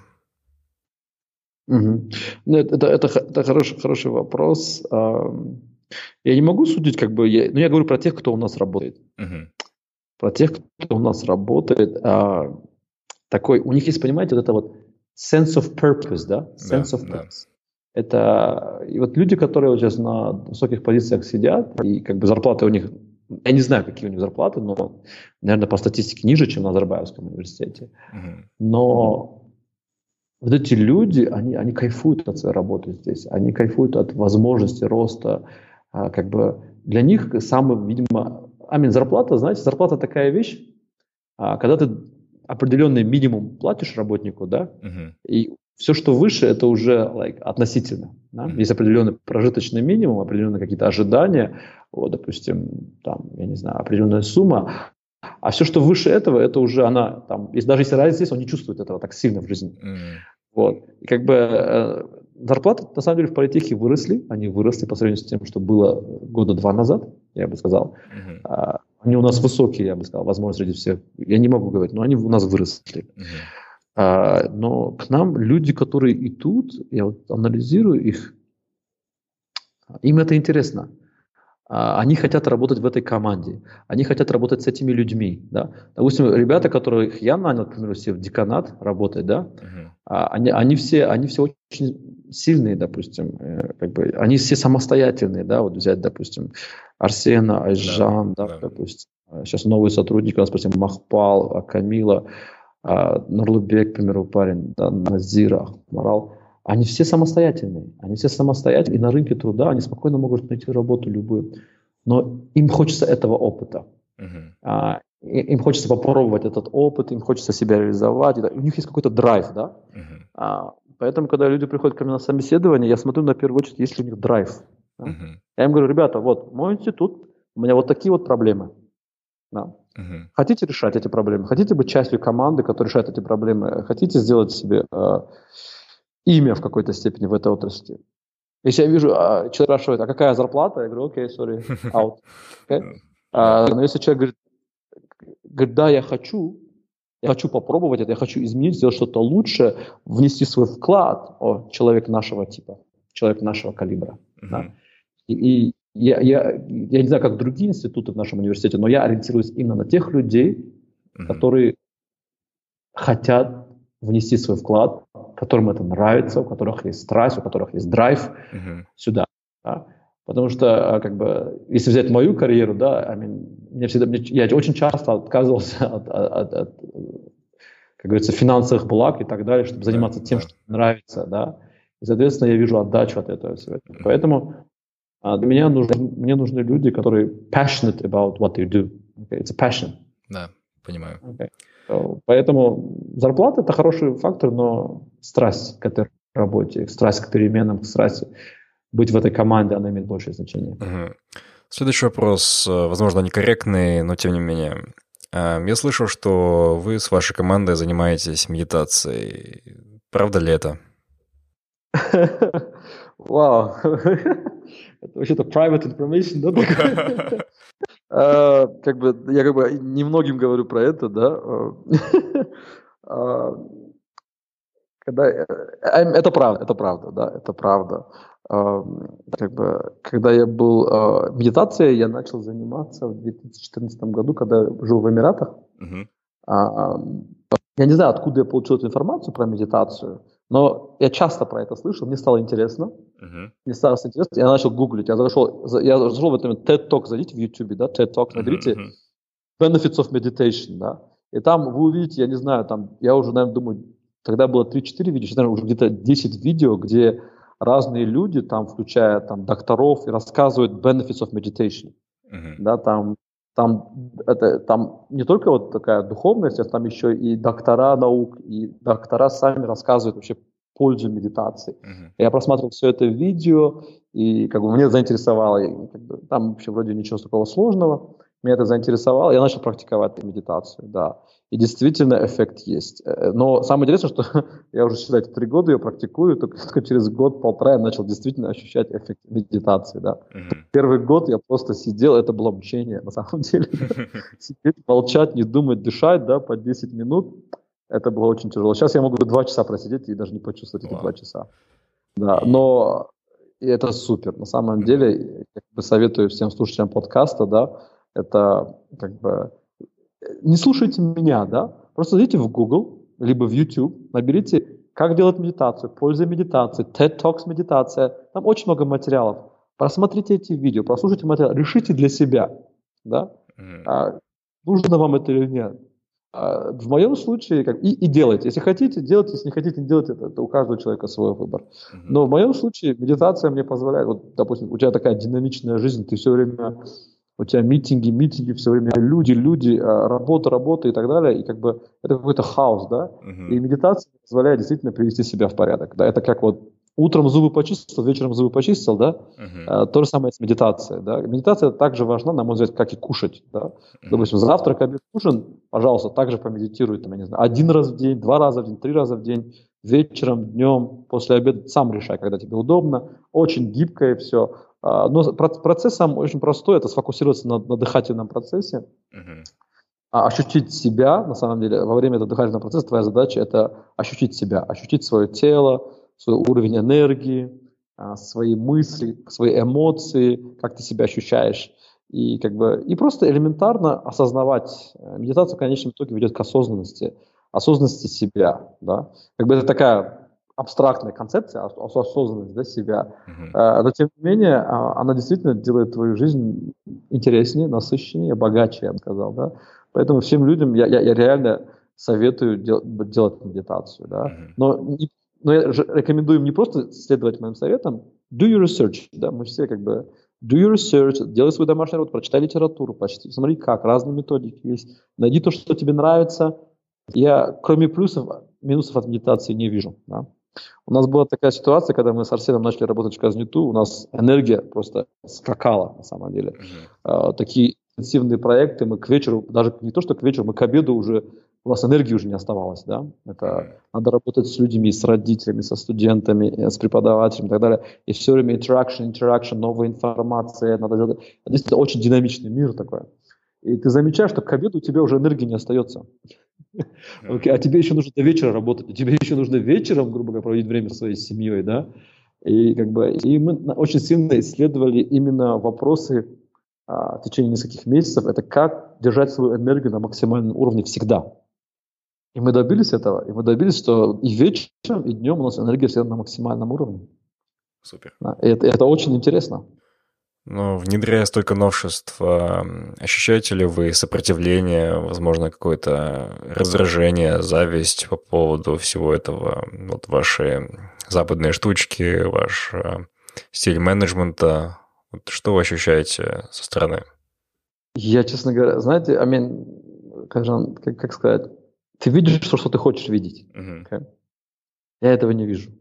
Мгм. Ну, это, это, это х- это хороший, хороший вопрос. Ам, Я не могу судить, как бы, я, но я говорю про тех, кто у нас работает. Мгм. Про тех, кто у нас работает. а, такой, у них есть, понимаете, вот это вот sense of purpose, да? Да, Sense of да. purpose. Это, и вот люди, которые вот сейчас на высоких позициях сидят, и как бы зарплаты у них, я не знаю, какие у них зарплаты, но, наверное, по статистике ниже, чем на Назарбаевском университете. Мгм. Но вот эти люди, они, они кайфуют от своей работы здесь, они кайфуют от возможности роста, а, как бы для них самый, видимо, амин, зарплата, знаете, зарплата такая вещь, а, когда ты определенный минимум платишь работнику, да, Мгм. и все, что выше, это уже like, относительно, да? Мгм. Есть определенный прожиточный минимум, определенные какие-то ожидания, вот, допустим, там, я не знаю, определенная сумма, а все, что выше этого, это уже она, там, если, даже если разница есть, он не чувствует этого так сильно в жизни. М. Вот. И как бы э, зарплаты, на самом деле, в политехе выросли. Они выросли по сравнению с тем, что было года два назад, я бы сказал. Мгм. А, они у нас высокие, я бы сказал, возможно, среди всех. Я не могу говорить, но они у нас выросли. Мгм. А, но к нам люди, которые идут, я вот анализирую их, им это интересно. А, Они хотят работать в этой команде, они хотят работать с этими людьми, да. Допустим, ребята, которых я нанял, к примеру, все в деканат работать, да, Мгм. а, они, они все, они все очень сильные, допустим, э, как бы, они все самостоятельные, да, вот взять, допустим, Арсена, Айжан, да, да. допустим, А, сейчас новый сотрудник у нас, допустим, Махпал, а, Камила, а, Нурлубек, к примеру, парень, да, Назир, Ахмарал. Они все самостоятельные, они все самостоятельные, и на рынке труда они спокойно могут найти работу любую. Но им хочется этого опыта. Мгм. А, им хочется попробовать этот опыт, им хочется себя реализовать, у них есть какой-то драйв, да. Uh-huh. А, поэтому, когда люди приходят ко мне на собеседование, я смотрю на первую очередь, есть ли у них драйв. Да? Uh-huh. Я им говорю, ребята, вот мой институт, у меня вот такие вот проблемы. Да. Uh-huh. Хотите решать эти проблемы? Хотите быть частью команды, которая решает эти проблемы? Хотите сделать себе э, имя в какой-то степени в этой отрасли? Если я вижу, а, человек спрашивает, а какая зарплата? Я говорю, окей, sorry, out. Okay? А, но если человек говорит, говорит, да, я хочу, я хочу попробовать это, я хочу изменить, сделать что-то лучше, внести свой вклад, о, человек нашего типа, человек нашего калибра. Uh-huh. Да? И, и я, я, я не знаю, как другие институты в нашем университете, но я ориентируюсь именно на тех людей, uh-huh. которые хотят внести свой вклад, которым это нравится, у которых есть страсть, у которых есть драйв uh-huh. сюда. Да? Потому что, как бы, если взять мою карьеру, да, I mean, мне всегда, мне, я очень часто отказывался от, от, от, как говорится, финансовых благ и так далее, чтобы заниматься тем, что мне нравится, да. И, соответственно, я вижу отдачу от этого всего. Uh-huh. Поэтому а, для меня нужны, мне нужны люди, которые passionate about what they do. Okay? It's a passion. Да, понимаю. Okay. Поэтому зарплата – это хороший фактор, но страсть к этой работе, страсть к переменам, страсть быть в этой команде, она имеет большее значение. Угу. Следующий вопрос, возможно, некорректный, но тем не менее. Я слышал, что вы с вашей командой занимаетесь медитацией. Правда ли это? Вау. Это вообще-то private information, да? Uh, как бы, я как бы немногим говорю про это, да. uh, когда, это правда, это правда, да, это правда. Uh, как бы, когда я был uh, медитацией, я начал заниматься в две тысячи четырнадцатом году, когда жил в Эмиратах. Uh-huh. Uh, я не знаю, откуда я получил эту информацию про медитацию, но я часто про это слышал, мне стало интересно. Uh-huh. Мне стало интересно, я начал гуглить. Я зашел, я зашел в это TED Talk, зайдите в YouTube, да, TED Talk, наберите uh-huh. Benefits of Meditation, да. И там вы увидите, я не знаю, там, я уже, наверное, думаю, тогда было три-четыре видео, сейчас, наверное, уже где-то десять видео, где разные люди, там, включая там, докторов, и рассказывают Benefits of Meditation. Uh-huh. Да, там, там, это, там не только вот такая духовность, а там еще и доктора наук, и доктора сами рассказывают вообще пользу медитации. Uh-huh. Я просматривал все это видео, и как бы мне заинтересовало, и, как бы, там вообще вроде ничего такого сложного, меня это заинтересовало, я начал практиковать медитацию, да. И действительно эффект есть. Но самое интересное, что я уже, считайте, три года ее практикую, только, только через год-полтора я начал действительно ощущать эффект медитации, да. Uh-huh. Первый год я просто сидел, это было мучение, на самом деле. Сидеть, молчать, не думать, дышать, да, по десять минут, это было очень тяжело. Сейчас я могу два часа просидеть и даже не почувствовать эти два часа. Да, но это супер. На самом деле, я как бы советую всем слушателям подкаста, да, это как бы не слушайте меня, да, просто зайдите в Google, либо в YouTube, наберите, как делать медитацию, польза медитации, TED Talks медитация, там очень много материалов. Просмотрите эти видео, прослушайте материал, решите для себя, да, mm-hmm. а, нужно вам это или нет. А, в моем случае, как, и, и делайте, если хотите, делайте, если не хотите, не делайте, это, это у каждого человека свой выбор. Mm-hmm. Но в моем случае медитация мне позволяет, вот, допустим, у тебя такая динамичная жизнь, ты все время... У тебя митинги, митинги, все время люди, люди, работа, работа и так далее. И как бы это какой-то хаос, да. Uh-huh. И медитация позволяет действительно привести себя в порядок. Да? Это как вот утром зубы почистил, вечером зубы почистил, да. Uh-huh. А, то же самое с медитацией, да. Медитация также важна, на мой взгляд, как и кушать, да. Uh-huh. Допустим, завтрак, обед, ужин, пожалуйста, также помедитируй, там, я не знаю, один раз в день, два раза в день, три раза в день, вечером, днем, после обеда, сам решай, когда тебе удобно. Очень гибкое все. Но процесс сам очень простой, это сфокусироваться на, на дыхательном процессе, uh-huh. а ощутить себя, на самом деле, во время этого дыхательного процесса твоя задача это ощутить себя, ощутить свое тело, свой уровень энергии, свои мысли, свои эмоции, как ты себя ощущаешь, и, как бы, и просто элементарно осознавать. Медитация в конечном итоге ведет к осознанности, осознанности себя, да, как бы это такая абстрактная концепция, осознанность, да, себя. Uh-huh. Но, тем не менее, она действительно делает твою жизнь интереснее, насыщеннее, богаче, я бы сказал, да. Поэтому всем людям я, я, я реально советую дел, делать медитацию, да. Uh-huh. Но, но я рекомендую им не просто следовать моим советам, do your research, да, мы все как бы do your research, делай свою домашнюю работу, прочитай литературу, почти, смотри как, разные методики есть. Найди то, что тебе нравится. Я, кроме плюсов, минусов от медитации не вижу. Да? У нас была такая ситуация, когда мы с Арсеном начали работать в Казниту, у нас энергия просто скакала, на самом деле. Mm-hmm. Uh, такие интенсивные проекты, мы к вечеру, даже не то, что к вечеру, мы к обеду уже, у нас энергии уже не оставалось, да. Это mm-hmm. надо работать с людьми, с родителями, со студентами, с преподавателями и так далее. И все время interaction, interaction, новая информация, надо делать. Это действительно очень динамичный мир такой. И ты замечаешь, что к обеду у тебя уже энергии не остается. Okay, а тебе еще нужно до вечера работать, а тебе еще нужно вечером, грубо говоря, проводить время со своей семьей, да? И как бы и мы очень сильно исследовали именно вопросы а, в течение нескольких месяцев, это как держать свою энергию на максимальном уровне всегда. И мы добились этого, и мы добились, что и вечером, и днем у нас энергия всегда на максимальном уровне. Супер. Да, и это, это очень интересно. Но внедряя столько новшеств, ощущаете ли вы сопротивление, возможно, какое-то раздражение, зависть по поводу всего этого? Вот ваши западные штучки, ваш стиль менеджмента. Вот что вы ощущаете со стороны? Я, честно говоря, знаете, I mean, как, же, как, как сказать, ты видишь то, что ты хочешь видеть. Uh-huh. Okay? Я этого не вижу.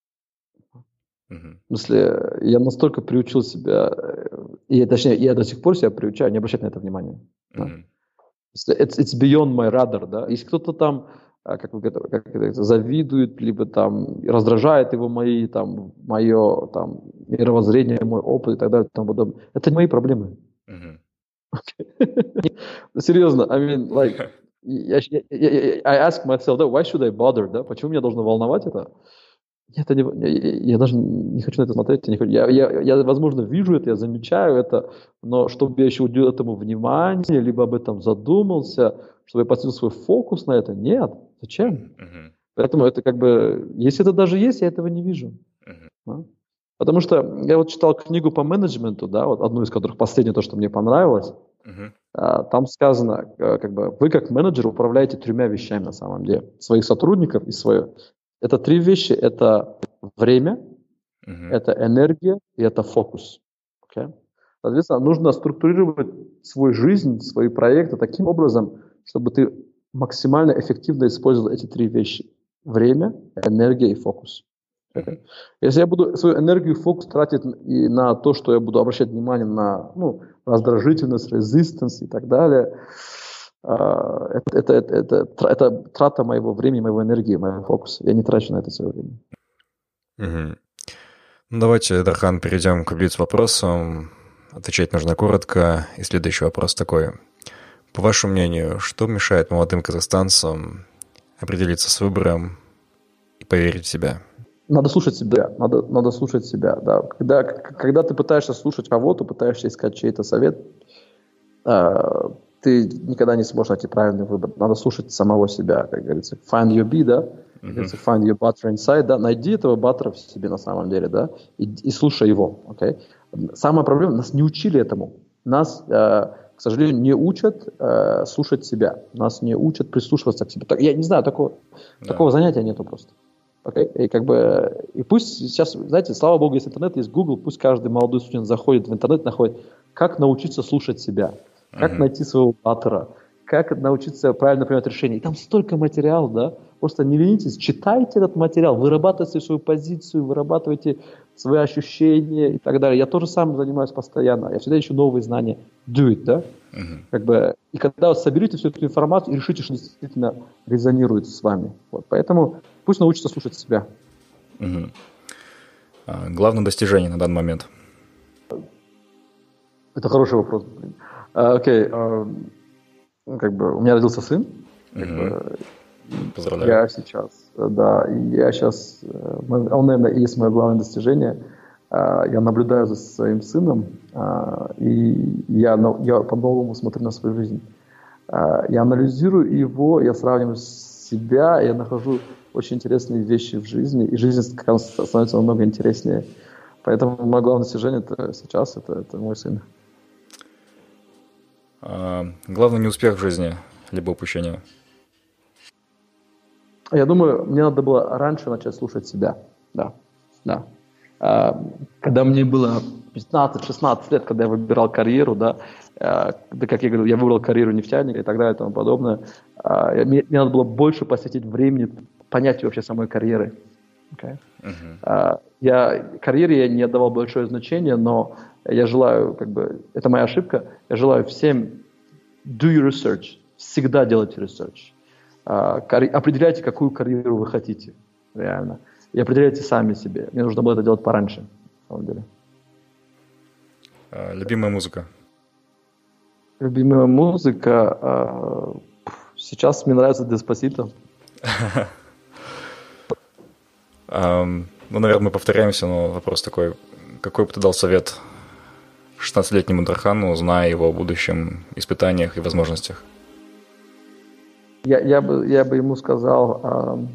Uh-huh. В смысле, я настолько приучил себя, и, точнее, я до сих пор себя приучаю не обращать на это внимания. Uh-huh. Да? It's, it's beyond my radar, да. Если кто-то там, как, вы, как это, завидует, либо там раздражает его мои, там, мое там, мировоззрение, мой опыт и так далее, и тому подобное, это не мои проблемы. Uh-huh. Okay. Серьезно, I mean, like, я, я, я, I ask myself, да, why should I bother, да, почему меня должно волновать это? Это не, я, я даже не хочу на это смотреть. Я, не хочу, я, я, я, возможно, вижу это, я замечаю это, но чтобы я еще уделил этому внимание, либо об этом задумался, чтобы я посвятил свой фокус на это, нет. Зачем? Uh-huh. Поэтому это как бы, если это даже есть, я этого не вижу. Uh-huh. Да? Потому что я вот читал книгу по менеджменту, да, вот одну из которых, последнее, то, что мне понравилось. Uh-huh. А, там сказано, как бы, вы как менеджер управляете тремя вещами на самом деле. Своих сотрудников и свое. Это три вещи. Это время, uh-huh. это энергия и это фокус. Okay? Соответственно, нужно структурировать свою жизнь, свои проекты таким образом, чтобы ты максимально эффективно использовал эти три вещи. Время, энергия и фокус. Okay? Если я буду свою энергию и фокус тратить и на то, что я буду обращать внимание на ну, раздражительность, резистенс и так далее, Uh, это, это, это, это, это трата моего времени, моего энергии, моего фокуса. Я не трачу на это свое время. Угу. Ну, давайте, Дархан, перейдем к блиц-вопросам. Отвечать нужно коротко. И следующий вопрос такой. По вашему мнению, что мешает молодым казахстанцам определиться с выбором и поверить в себя? Надо слушать себя. Надо, надо слушать себя. Да. Когда, когда ты пытаешься слушать кого-то, пытаешься искать чей-то совет, uh, ты никогда не сможешь найти правильный выбор. Надо слушать самого себя, как говорится. Find your bee, да? Как uh-huh. говорится, find your butter inside, да? Найди этого баттера в себе на самом деле, да? И, и слушай его, окей? Okay? Самая проблема, нас не учили этому. Нас, э, к сожалению, не учат э, слушать себя. Нас не учат прислушиваться к себе. Так, я не знаю, такого, yeah. такого занятия нету просто. Okay? И как бы, и пусть сейчас, знаете, слава богу, есть интернет, есть Google, пусть каждый молодой студент заходит в интернет, находит, как научиться слушать себя. Как uh-huh. найти своего баттера, как научиться правильно принимать решения. И там столько материала, да? Просто не ленитесь, читайте этот материал, вырабатывайте свою позицию, вырабатывайте свои ощущения и так далее. Я тоже сам занимаюсь постоянно, я всегда ищу новые знания. Do it, да? Uh-huh. Как бы, и когда вы соберете всю эту информацию и решите, что действительно резонирует с вами. Вот. Поэтому пусть научится слушать себя. Uh-huh. А, главное достижение на данный момент? Это хороший вопрос, блин. Окей, okay, uh, как бы у меня родился сын. Как mm-hmm. бы, Поздравляю. Я сейчас, да, я сейчас, он, наверное, и есть мое главное достижение. Uh, я наблюдаю за своим сыном, uh, и я, я по-новому смотрю на свою жизнь. Uh, я анализирую его, я сравниваю себя, я нахожу очень интересные вещи в жизни, и жизнь становится намного интереснее. Поэтому мое главное достижение это сейчас это, это мой сын. А, главный неуспех в жизни, либо упущение? Я думаю, мне надо было раньше начать слушать себя. Да, да. А, когда мне было пятнадцать-шестнадцать лет, когда я выбирал карьеру, да, да, как я говорил, я выбрал карьеру нефтяника и так далее и тому подобное, мне, мне надо было больше посвятить времени понятию вообще самой карьеры. Okay? Uh-huh. Я, карьере я не отдавал большое значение, но я желаю, как бы, это моя ошибка, я желаю всем do your research, всегда делайте research. Карь... Определяйте, какую карьеру вы хотите, реально. И определяйте сами себе. Мне нужно было это делать пораньше, на самом деле. Любимая музыка? Любимая музыка? Сейчас мне нравится Деспасито. Ну, наверное, мы повторяемся, но вопрос такой. Какой бы ты дал совет шестнадцатилетнему Дархану, зная его о будущем испытаниях и возможностях? Я, я, бы, я бы ему сказал... А,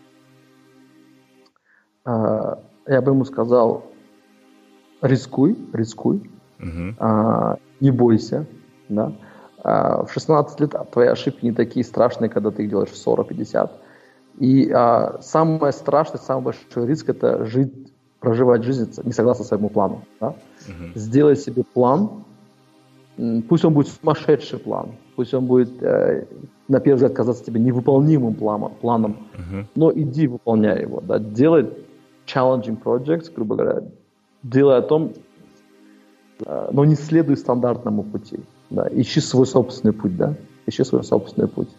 а, я бы ему сказал, рискуй, рискуй, uh-huh. а, не бойся. Да? А, в шестнадцать лет твои ошибки не такие страшные, когда ты их делаешь в сорок-пятьдесят. И а, самое страшное, самый большой риск – это жить, проживать жизнь не согласно своему плану. Да? Uh-huh. Сделай себе план, пусть он будет сумасшедший план, пусть он будет, э, на первый взгляд, казаться тебе невыполнимым планом, планом uh-huh. но иди, выполняй его. Да? Делай challenging projects, грубо говоря, делай о том, э, но не следуй стандартному пути. Да? Ищи свой собственный путь, да? Ищи свой собственный путь.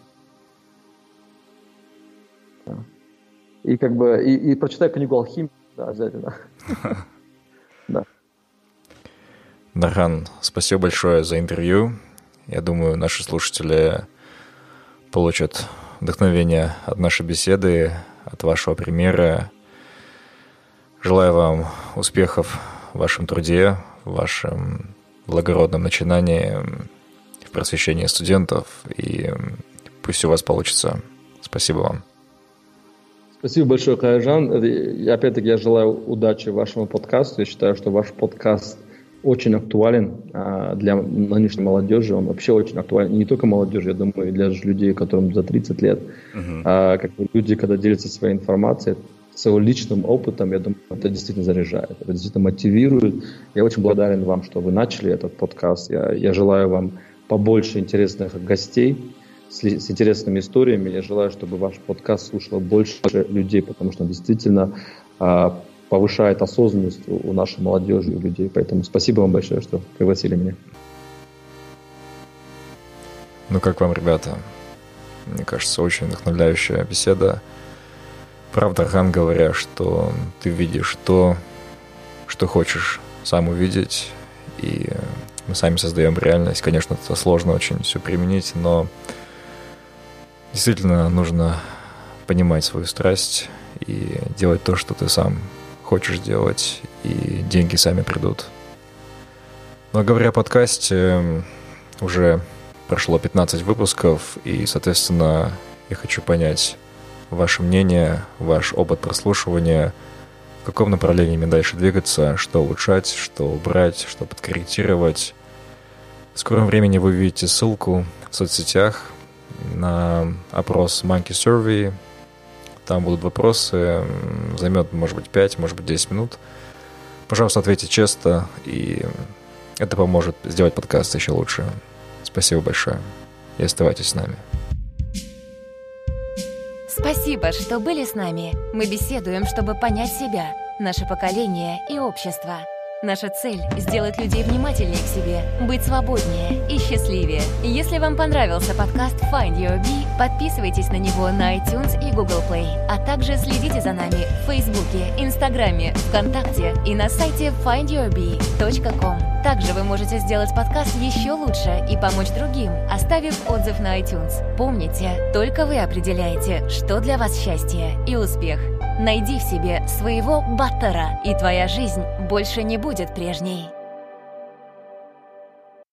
Да. И как бы и, и прочитай книгу «Алхимия», да, обязательно. Да. Дархан, спасибо большое за интервью. Я думаю, наши слушатели получат вдохновение от нашей беседы, от вашего примера. Желаю вам успехов в вашем труде, в вашем благородном начинании, в просвещении студентов, и пусть у вас получится. Спасибо вам. Спасибо большое, Кайыржан. Опять-таки, я желаю удачи вашему подкасту. Я считаю, что ваш подкаст очень актуален для нынешней молодежи. Он вообще очень актуален. И не только молодежи, я думаю, и для людей, которым за тридцать лет. Uh-huh. А, как бы люди, когда делятся своей информацией, своим личным опытом, я думаю, это действительно заряжает, это действительно мотивирует. Я очень благодарен вам, что вы начали этот подкаст. Я, я желаю вам побольше интересных гостей с, с интересными историями. Я желаю, чтобы ваш подкаст слушало больше людей, потому что он действительно а, повышает осознанность у, у нашей молодежи и у людей. Поэтому спасибо вам большое, что пригласили меня. Ну как вам, ребята? Мне кажется, очень вдохновляющая беседа. Прав Дархан, говоря, что ты видишь то, что хочешь сам увидеть, и мы сами создаем реальность. Конечно, это сложно очень все применить, но действительно нужно понимать свою страсть и делать то, что ты сам хочешь делать, и деньги сами придут. Но говоря о подкасте, уже прошло пятнадцать выпусков, и, соответственно, я хочу понять ваше мнение, ваш опыт прослушивания, в каком направлении мне дальше двигаться, что улучшать, что убрать, что подкорректировать. В скором времени вы увидите ссылку в соцсетях на опрос Monkey Survey. Там будут вопросы, займет, может быть, пять, может быть, десять минут. Пожалуйста, ответьте честно, и это поможет сделать подкаст еще лучше. Спасибо большое, и оставайтесь с нами. Спасибо, что были с нами. Мы беседуем, чтобы понять себя, наше поколение и общество. Наша цель – сделать людей внимательнее к себе, быть свободнее и счастливее. Если вам понравился подкаст Find Your Bee, подписывайтесь на него на iTunes и Google Play, а также следите за нами в Фейсбуке, Инстаграме, ВКонтакте и на сайте файнд юр би точка ком. Также вы можете сделать подкаст еще лучше и помочь другим, оставив отзыв на iTunes. Помните, только вы определяете, что для вас счастье и успех. Найди в себе своего баттера, и твоя жизнь больше не будет прежней.